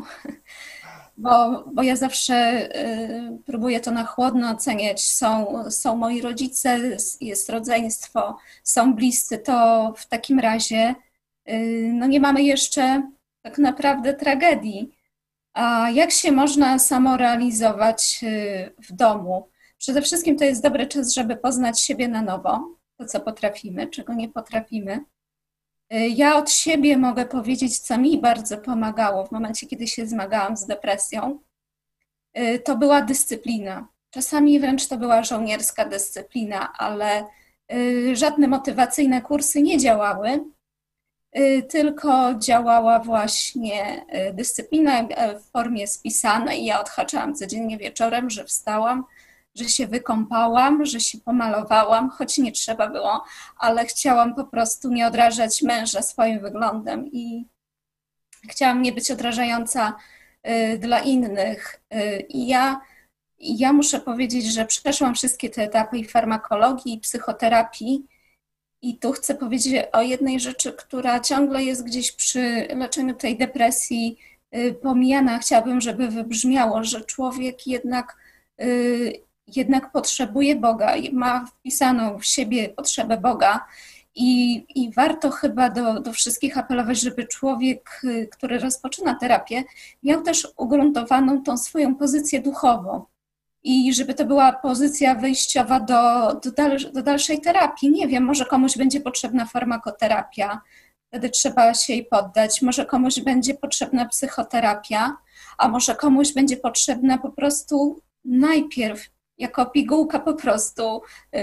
Bo ja zawsze próbuję to na chłodno oceniać. Są moi rodzice, jest rodzeństwo, są bliscy, to w takim razie nie mamy jeszcze tak naprawdę tragedii. A jak się można samorealizować w domu? Przede wszystkim to jest dobry czas, żeby poznać siebie na nowo, to co potrafimy, czego nie potrafimy. Ja od siebie mogę powiedzieć, co mi bardzo pomagało w momencie, kiedy się zmagałam z depresją. To była dyscyplina. Czasami wręcz to była żołnierska dyscyplina, ale żadne motywacyjne kursy nie działały, tylko działała właśnie dyscyplina w formie spisanej. Ja odhaczałam codziennie wieczorem, że wstałam, że się wykąpałam, że się pomalowałam, choć nie trzeba było, ale chciałam po prostu nie odrażać męża swoim wyglądem i chciałam nie być odrażająca dla innych. I ja muszę powiedzieć, że przeszłam wszystkie te etapy i farmakologii, i psychoterapii i tu chcę powiedzieć o jednej rzeczy, która ciągle jest gdzieś przy leczeniu tej depresji pomijana. Chciałabym, żeby wybrzmiało, że człowiek jednak potrzebuje Boga, ma wpisaną w siebie potrzebę Boga i warto chyba do wszystkich apelować, żeby człowiek, który rozpoczyna terapię, miał też ugruntowaną tą swoją pozycję duchową i żeby to była pozycja wyjściowa do dalszej terapii. Nie wiem, może komuś będzie potrzebna farmakoterapia, wtedy trzeba się jej poddać, może komuś będzie potrzebna psychoterapia, a może komuś będzie potrzebna po prostu najpierw jako pigułka po prostu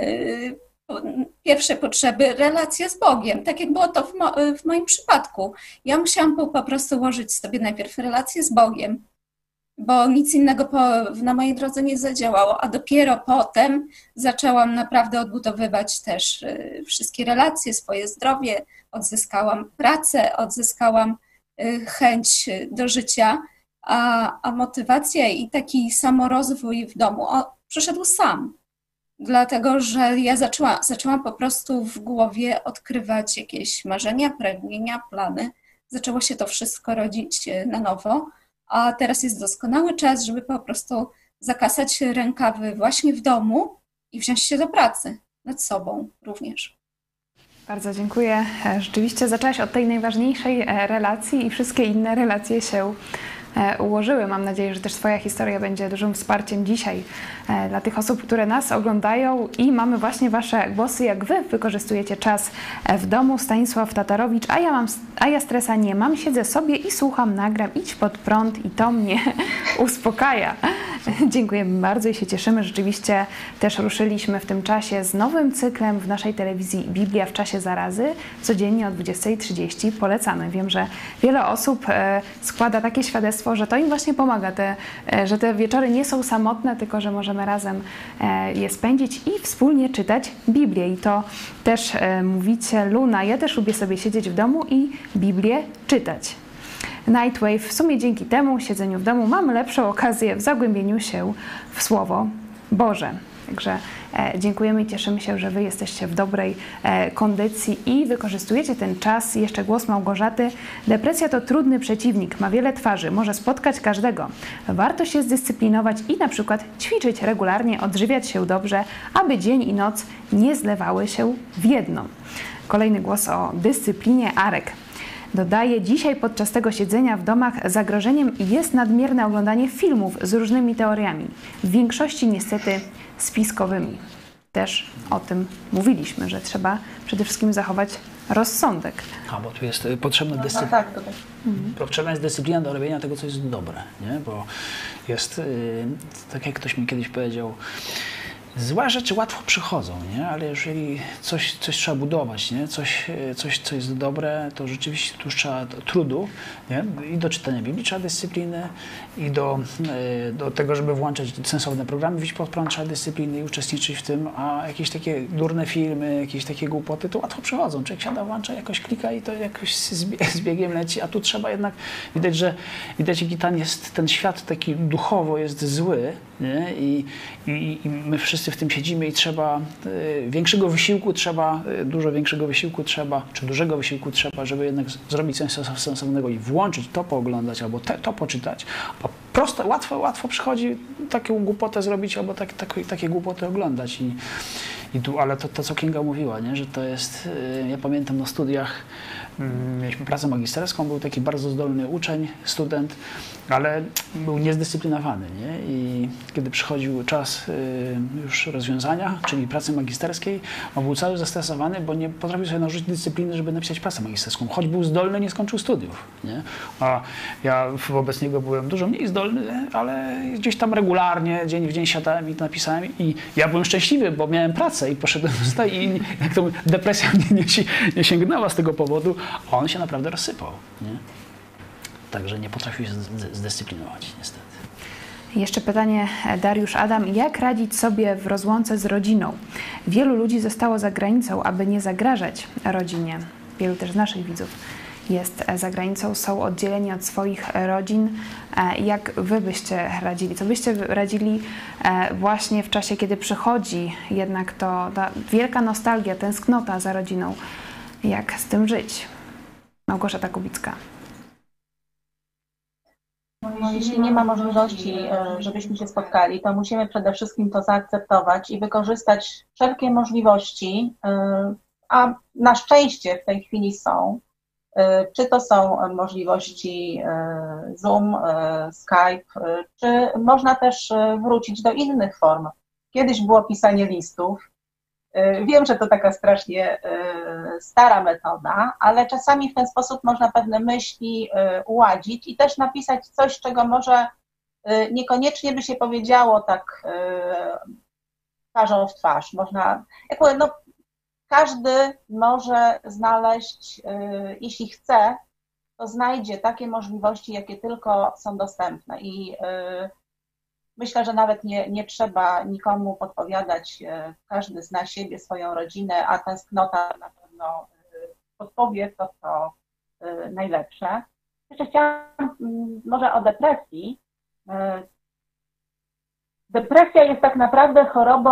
pierwsze potrzeby, relacja z Bogiem, tak jak było to w moim przypadku. Ja musiałam po prostu ułożyć sobie najpierw relację z Bogiem, bo nic innego na mojej drodze nie zadziałało, a dopiero potem zaczęłam naprawdę odbudowywać też wszystkie relacje, swoje zdrowie, odzyskałam pracę, odzyskałam chęć do życia, a motywacja i taki samorozwój w domu przyszedł sam. Dlatego, że ja zaczęłam po prostu w głowie odkrywać jakieś marzenia, pragnienia, plany. Zaczęło się to wszystko rodzić na nowo. a teraz jest doskonały czas, żeby po prostu zakasać rękawy właśnie w domu i wziąć się do pracy nad sobą również. Bardzo dziękuję. Rzeczywiście zaczęłaś od tej najważniejszej relacji i wszystkie inne relacje się ułożyły. Mam nadzieję, że też Twoja historia będzie dużym wsparciem dzisiaj dla tych osób, które nas oglądają i mamy właśnie Wasze głosy, jak Wy wykorzystujecie czas w domu. Stanisław Tatarowicz, a ja stresa nie mam, siedzę sobie i słucham, nagram, idź pod prąd i to mnie uspokaja. Dziękujemy bardzo i się cieszymy. Rzeczywiście też ruszyliśmy w tym czasie z nowym cyklem w naszej telewizji Biblia w czasie zarazy. Codziennie o 20:30 polecamy. Wiem, że wiele osób składa takie świadectwo, że to im właśnie pomaga, że te wieczory nie są samotne, tylko że możemy razem je spędzić i wspólnie czytać Biblię. I to też mówicie, Luna, ja też lubię sobie siedzieć w domu i Biblię czytać. Nightwave, w sumie dzięki temu siedzeniu w domu mamy lepszą okazję w zagłębieniu się w Słowo Boże. Także dziękujemy i cieszymy się, że Wy jesteście w dobrej kondycji i wykorzystujecie ten czas. Jeszcze głos Małgorzaty. Depresja to trudny przeciwnik, ma wiele twarzy, może spotkać każdego. Warto się zdyscyplinować i na przykład ćwiczyć regularnie, odżywiać się dobrze, aby dzień i noc nie zlewały się w jedno. Kolejny głos o dyscyplinie. Arek dodaje, dzisiaj podczas tego siedzenia w domach zagrożeniem jest nadmierne oglądanie filmów z różnymi teoriami, w większości niestety spiskowymi. Też o tym mówiliśmy, że trzeba przede wszystkim zachować rozsądek. Bo tu jest potrzebna dyscyplina. Tak, tutaj. Potrzebna jest dyscyplina do robienia tego, co jest dobre, nie? Bo jest, tak jak ktoś mi kiedyś powiedział, złe rzeczy łatwo przychodzą, nie? Ale jeżeli coś trzeba budować, nie? Coś, co jest dobre, to rzeczywiście tu trzeba trudu, nie? I do czytania Biblii trzeba dyscypliny, i do tego, żeby włączać sensowne programy, wyjść pod prąd, trzeba dyscypliny i uczestniczyć w tym, a jakieś takie durne filmy, jakieś takie głupoty, to łatwo przychodzą. Człowiek siada, włącza, jakoś klika i to jakoś z biegiem leci, a tu trzeba jednak, widać jaki ten świat taki duchowo jest zły, nie? I my wszyscy w tym siedzimy i trzeba większego wysiłku dużo większego wysiłku czy dużego wysiłku trzeba, żeby jednak zrobić coś sensownego i włączyć, to pooglądać albo to poczytać. A prosto, łatwo przychodzi taką głupotę zrobić albo takie głupoty oglądać. Ale to, co Kinga mówiła, nie? Że to jest, ja pamiętam na studiach, mieliśmy pracę magisterską, był taki bardzo zdolny uczeń, student, ale był niezdyscyplinowany, nie? I kiedy przychodził czas już rozwiązania, czyli pracy magisterskiej, on był cały zestresowany, bo nie potrafił sobie narzucić dyscypliny, żeby napisać pracę magisterską. Choć był zdolny, nie skończył studiów, nie? A ja wobec niego byłem dużo mniej zdolny, ale gdzieś tam regularnie, dzień w dzień siadałem i to napisałem i ja byłem szczęśliwy, bo miałem pracę i poszedłem i jak to depresja mnie nie sięgnęła z tego powodu, a on się naprawdę rozsypał, nie? Także nie potrafił się zdyscyplinować, niestety. Jeszcze pytanie, Dariusz Adam. Jak radzić sobie w rozłące z rodziną? Wielu ludzi zostało za granicą, aby nie zagrażać rodzinie. Wielu też z naszych widzów jest za granicą, są oddzieleni od swoich rodzin. Jak Wy byście radzili? Co byście radzili właśnie w czasie, kiedy przychodzi jednak ta wielka nostalgia, tęsknota za rodziną? Jak z tym żyć? Małgorzata Kubicka. No, jeśli nie ma możliwości, żebyśmy się spotkali, to musimy przede wszystkim to zaakceptować i wykorzystać wszelkie możliwości, a na szczęście w tej chwili są. Czy to są możliwości Zoom, Skype, czy można też wrócić do innych form. Kiedyś było pisanie listów. Wiem, że to taka strasznie stara metoda, ale czasami w ten sposób można pewne myśli uładzić i też napisać coś, czego może niekoniecznie by się powiedziało tak twarzą w twarz. Można, jak powiem, no, każdy może znaleźć, jeśli chce, to znajdzie takie możliwości, jakie tylko są dostępne. I myślę, że nawet nie trzeba nikomu podpowiadać, każdy zna siebie, swoją rodzinę, a tęsknota na pewno podpowie to, co najlepsze. Jeszcze chciałam może o depresji. Depresja jest tak naprawdę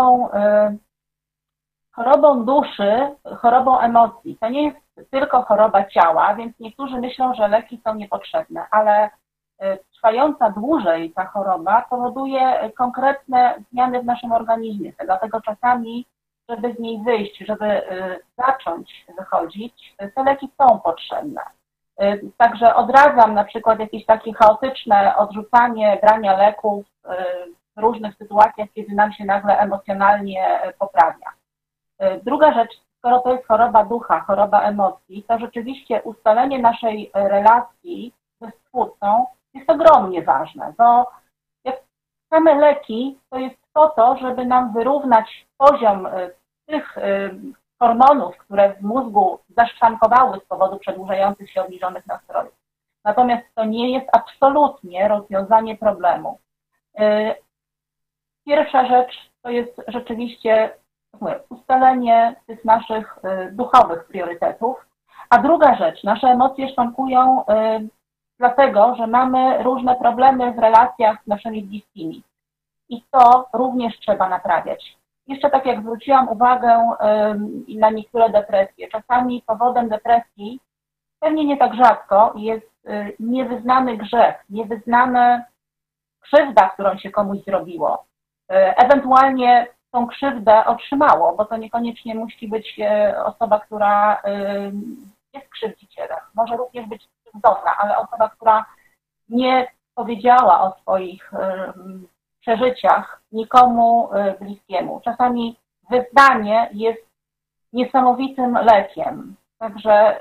chorobą duszy, chorobą emocji. To nie jest tylko choroba ciała, więc niektórzy myślą, że leki są niepotrzebne, ale trwająca dłużej ta choroba powoduje konkretne zmiany w naszym organizmie. Dlatego czasami, żeby z niej wyjść, żeby zacząć wychodzić, te leki są potrzebne. Także odradzam na przykład jakieś takie chaotyczne odrzucanie brania leków w różnych sytuacjach, kiedy nam się nagle emocjonalnie poprawia. Druga rzecz, skoro to jest choroba ducha, choroba emocji, to rzeczywiście ustalenie naszej relacji ze stwórcą jest ogromnie ważne, bo jak same leki to jest po to, żeby nam wyrównać poziom tych hormonów, które w mózgu zaszczankowały z powodu przedłużających się obniżonych nastrojów. Natomiast to nie jest absolutnie rozwiązanie problemu. Pierwsza rzecz to jest rzeczywiście ustalenie tych naszych duchowych priorytetów, a druga rzecz, nasze emocje szwankują dlatego, że mamy różne problemy w relacjach z naszymi bliskimi i to również trzeba naprawiać. Jeszcze tak jak zwróciłam uwagę na niektóre depresje, czasami powodem depresji, pewnie nie tak rzadko, jest niewyznany grzech, niewyznana krzywda, którą się komuś zrobiło. Ewentualnie tą krzywdę otrzymało, bo to niekoniecznie musi być osoba, która jest krzywdzicielem. Może również być krzywdzona, ale osoba, która nie powiedziała o swoich przeżyciach nikomu bliskiemu. Czasami wyznanie jest niesamowitym lekiem. Także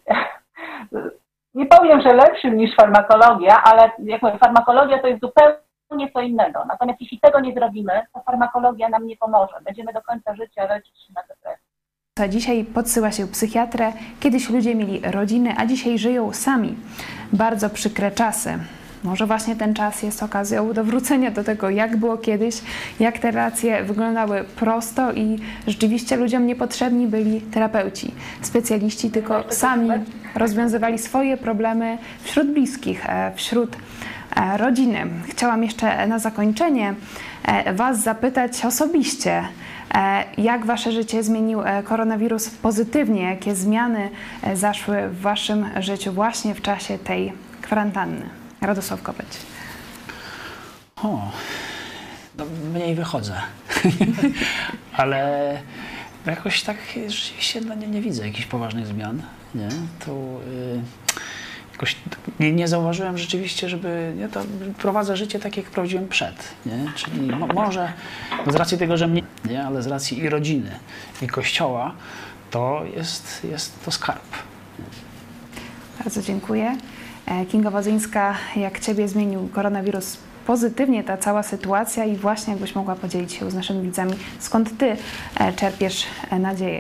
nie powiem, że lepszym niż farmakologia, ale jak mówię, farmakologia to jest zupełnie co innego. Natomiast jeśli tego nie zrobimy, to farmakologia nam nie pomoże. Będziemy do końca życia leczyć się na depresję. Dzisiaj podsyła się psychiatrę. Kiedyś ludzie mieli rodziny, a dzisiaj żyją sami. Bardzo przykre czasy. Może właśnie ten czas jest okazją do wrócenia do tego, jak było kiedyś, jak te relacje wyglądały prosto i rzeczywiście ludziom niepotrzebni byli terapeuci, specjaliści, tylko sami rozwiązywali swoje problemy wśród bliskich, wśród rodziny. Chciałam jeszcze na zakończenie Was zapytać osobiście, jak Wasze życie zmienił koronawirus pozytywnie, jakie zmiany zaszły w Waszym życiu właśnie w czasie tej kwarantanny? Radosław Kopeć. No, mniej wychodzę, ale jakoś tak rzeczywiście nie widzę jakichś poważnych zmian. Nie? To jakoś nie zauważyłem rzeczywiście, żeby to prowadzę życie tak, jak prowadziłem przed. Nie? Czyli może z racji tego, że mnie, nie? Ale z racji i rodziny, i kościoła, to jest to skarb. Bardzo dziękuję. Kinga Wozyńska, jak Ciebie zmienił koronawirus pozytywnie ta cała sytuacja i właśnie jakbyś mogła podzielić się z naszymi widzami, skąd Ty czerpiesz nadzieję?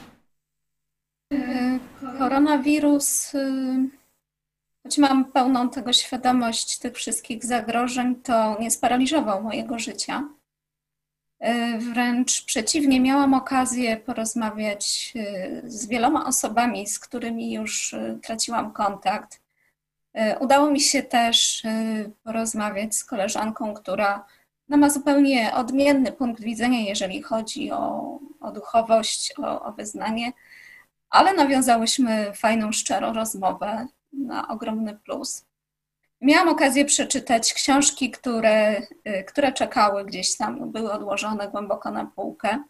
Koronawirus, choć mam pełną tego świadomość, tych wszystkich zagrożeń, to nie sparaliżował mojego życia. Wręcz przeciwnie, miałam okazję porozmawiać z wieloma osobami, z którymi już traciłam kontakt. Udało mi się też porozmawiać z koleżanką, która ma zupełnie odmienny punkt widzenia, jeżeli chodzi o duchowość, o wyznanie, ale nawiązałyśmy fajną, szczerą rozmowę na ogromny plus. Miałam okazję przeczytać książki, które czekały gdzieś tam, były odłożone głęboko na półkę.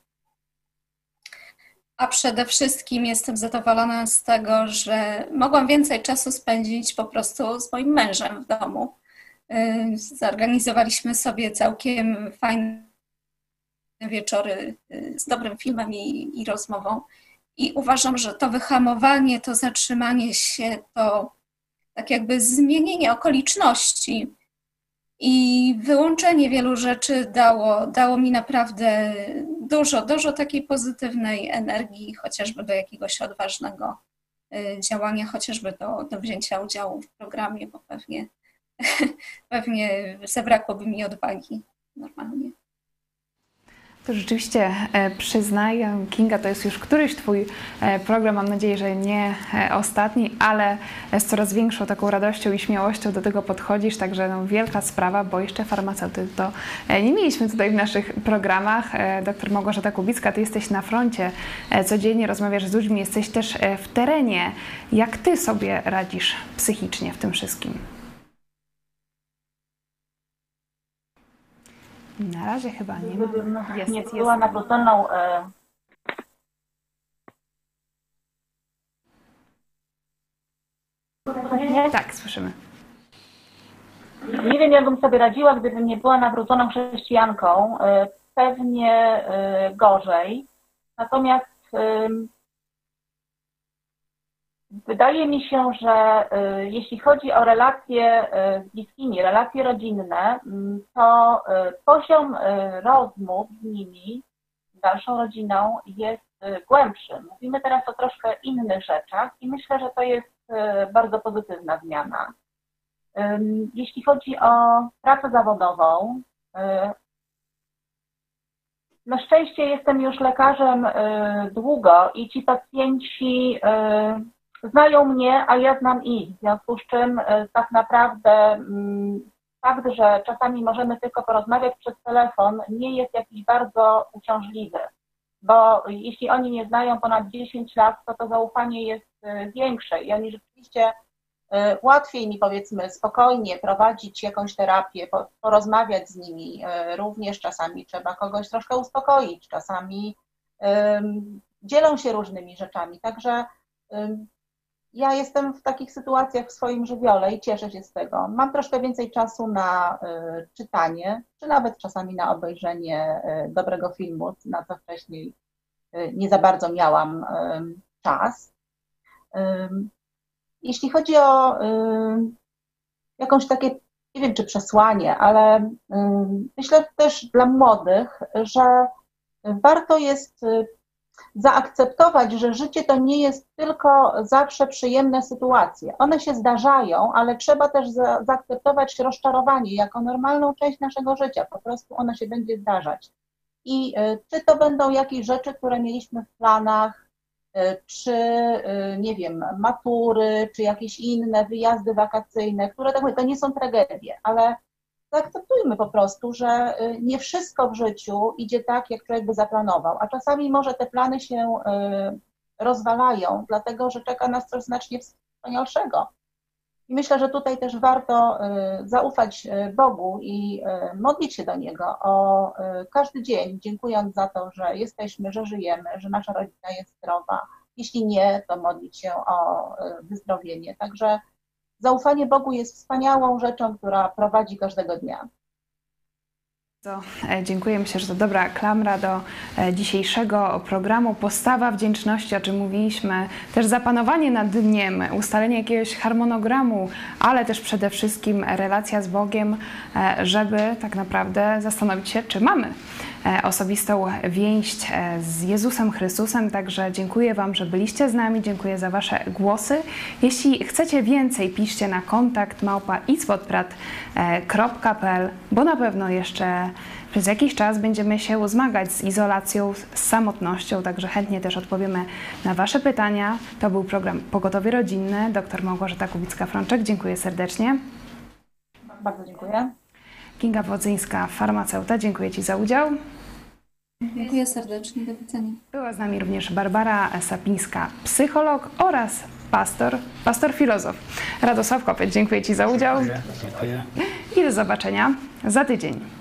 A przede wszystkim jestem zadowolona z tego, że mogłam więcej czasu spędzić po prostu z moim mężem w domu. Zorganizowaliśmy sobie całkiem fajne wieczory z dobrym filmem i rozmową. I uważam, że to wyhamowanie, to zatrzymanie się, to tak jakby zmienienie okoliczności i wyłączenie wielu rzeczy dało mi naprawdę dużo takiej pozytywnej energii, chociażby do jakiegoś odważnego działania, chociażby do wzięcia udziału w programie, bo pewnie zabrakłoby mi odwagi normalnie. To rzeczywiście przyznaję, Kinga, to jest już któryś Twój program, mam nadzieję, że nie ostatni, ale z coraz większą taką radością i śmiałością do tego podchodzisz, także wielka sprawa, bo jeszcze farmaceuty to nie mieliśmy tutaj w naszych programach. Dr Małgorzata Kubicka, Ty jesteś na froncie, codziennie rozmawiasz z ludźmi, jesteś też w terenie. Jak Ty sobie radzisz psychicznie w tym wszystkim? Na razie chyba nie ma. Gdybym Jest, nie jest. była nawróconą Tak, słyszymy. Nie wiem, jak bym sobie radziła, gdybym nie była nawróconą chrześcijanką. Pewnie gorzej. Natomiast wydaje mi się, że jeśli chodzi o relacje z bliskimi, relacje rodzinne, to poziom rozmów z nimi, z dalszą rodziną jest głębszy. Mówimy teraz o troszkę innych rzeczach i myślę, że to jest bardzo pozytywna zmiana. Jeśli chodzi o pracę zawodową, na szczęście jestem już lekarzem długo i ci pacjenci znają mnie, a ja znam ich. W związku z czym tak naprawdę fakt, że czasami możemy tylko porozmawiać przez telefon, nie jest jakiś bardzo uciążliwy. Bo jeśli oni nie znają ponad 10 lat, to zaufanie jest większe i oni rzeczywiście łatwiej mi, powiedzmy, spokojnie prowadzić jakąś terapię, porozmawiać z nimi. Również czasami trzeba kogoś troszkę uspokoić, czasami dzielą się różnymi rzeczami. Także ja jestem w takich sytuacjach w swoim żywiole i cieszę się z tego. Mam troszkę więcej czasu na czytanie, czy nawet czasami na obejrzenie dobrego filmu, na co wcześniej nie za bardzo miałam czas. Jeśli chodzi o jakąś takie, nie wiem czy przesłanie, ale myślę też dla młodych, że warto jest zaakceptować, że życie to nie jest tylko zawsze przyjemne sytuacje. One się zdarzają, ale trzeba też zaakceptować rozczarowanie jako normalną część naszego życia. Po prostu ono się będzie zdarzać. I czy to będą jakieś rzeczy, które mieliśmy w planach, czy, nie wiem, matury, czy jakieś inne wyjazdy wakacyjne, które tak mówię, to nie są tragedie, ale zaakceptujmy po prostu, że nie wszystko w życiu idzie tak, jak człowiek by zaplanował, a czasami może te plany się rozwalają, dlatego że czeka nas coś znacznie wspanialszego. I myślę, że tutaj też warto zaufać Bogu i modlić się do Niego o każdy dzień, dziękując za to, że jesteśmy, że żyjemy, że nasza rodzina jest zdrowa. Jeśli nie, to modlić się o wyzdrowienie. Także zaufanie Bogu jest wspaniałą rzeczą, która prowadzi każdego dnia. Dziękuję. Myślę, że to dobra klamra do dzisiejszego programu. Postawa wdzięczności, o czym mówiliśmy, też zapanowanie nad dniem, ustalenie jakiegoś harmonogramu, ale też przede wszystkim relacja z Bogiem, żeby tak naprawdę zastanowić się, czy mamy osobistą więź z Jezusem Chrystusem. Także dziękuję Wam, że byliście z nami. Dziękuję za Wasze głosy. Jeśli chcecie więcej, piszcie na kontakt@idzwodbrat.pl, bo na pewno jeszcze przez jakiś czas będziemy się zmagać z izolacją, z samotnością, także chętnie też odpowiemy na Wasze pytania. To był program Pogotowie Rodzinne. Dr Małgorzata Kubicka-Frączek. Dziękuję serdecznie. Bardzo dziękuję. Kinga Wodzyńska, farmaceuta. Dziękuję Ci za udział. Dziękuję serdecznie. Do widzenia. Była z nami również Barbara Sapińska, psycholog oraz pastor filozof. Radosław Kopeć, dziękuję Ci za udział. Dziękuję. I do zobaczenia za tydzień.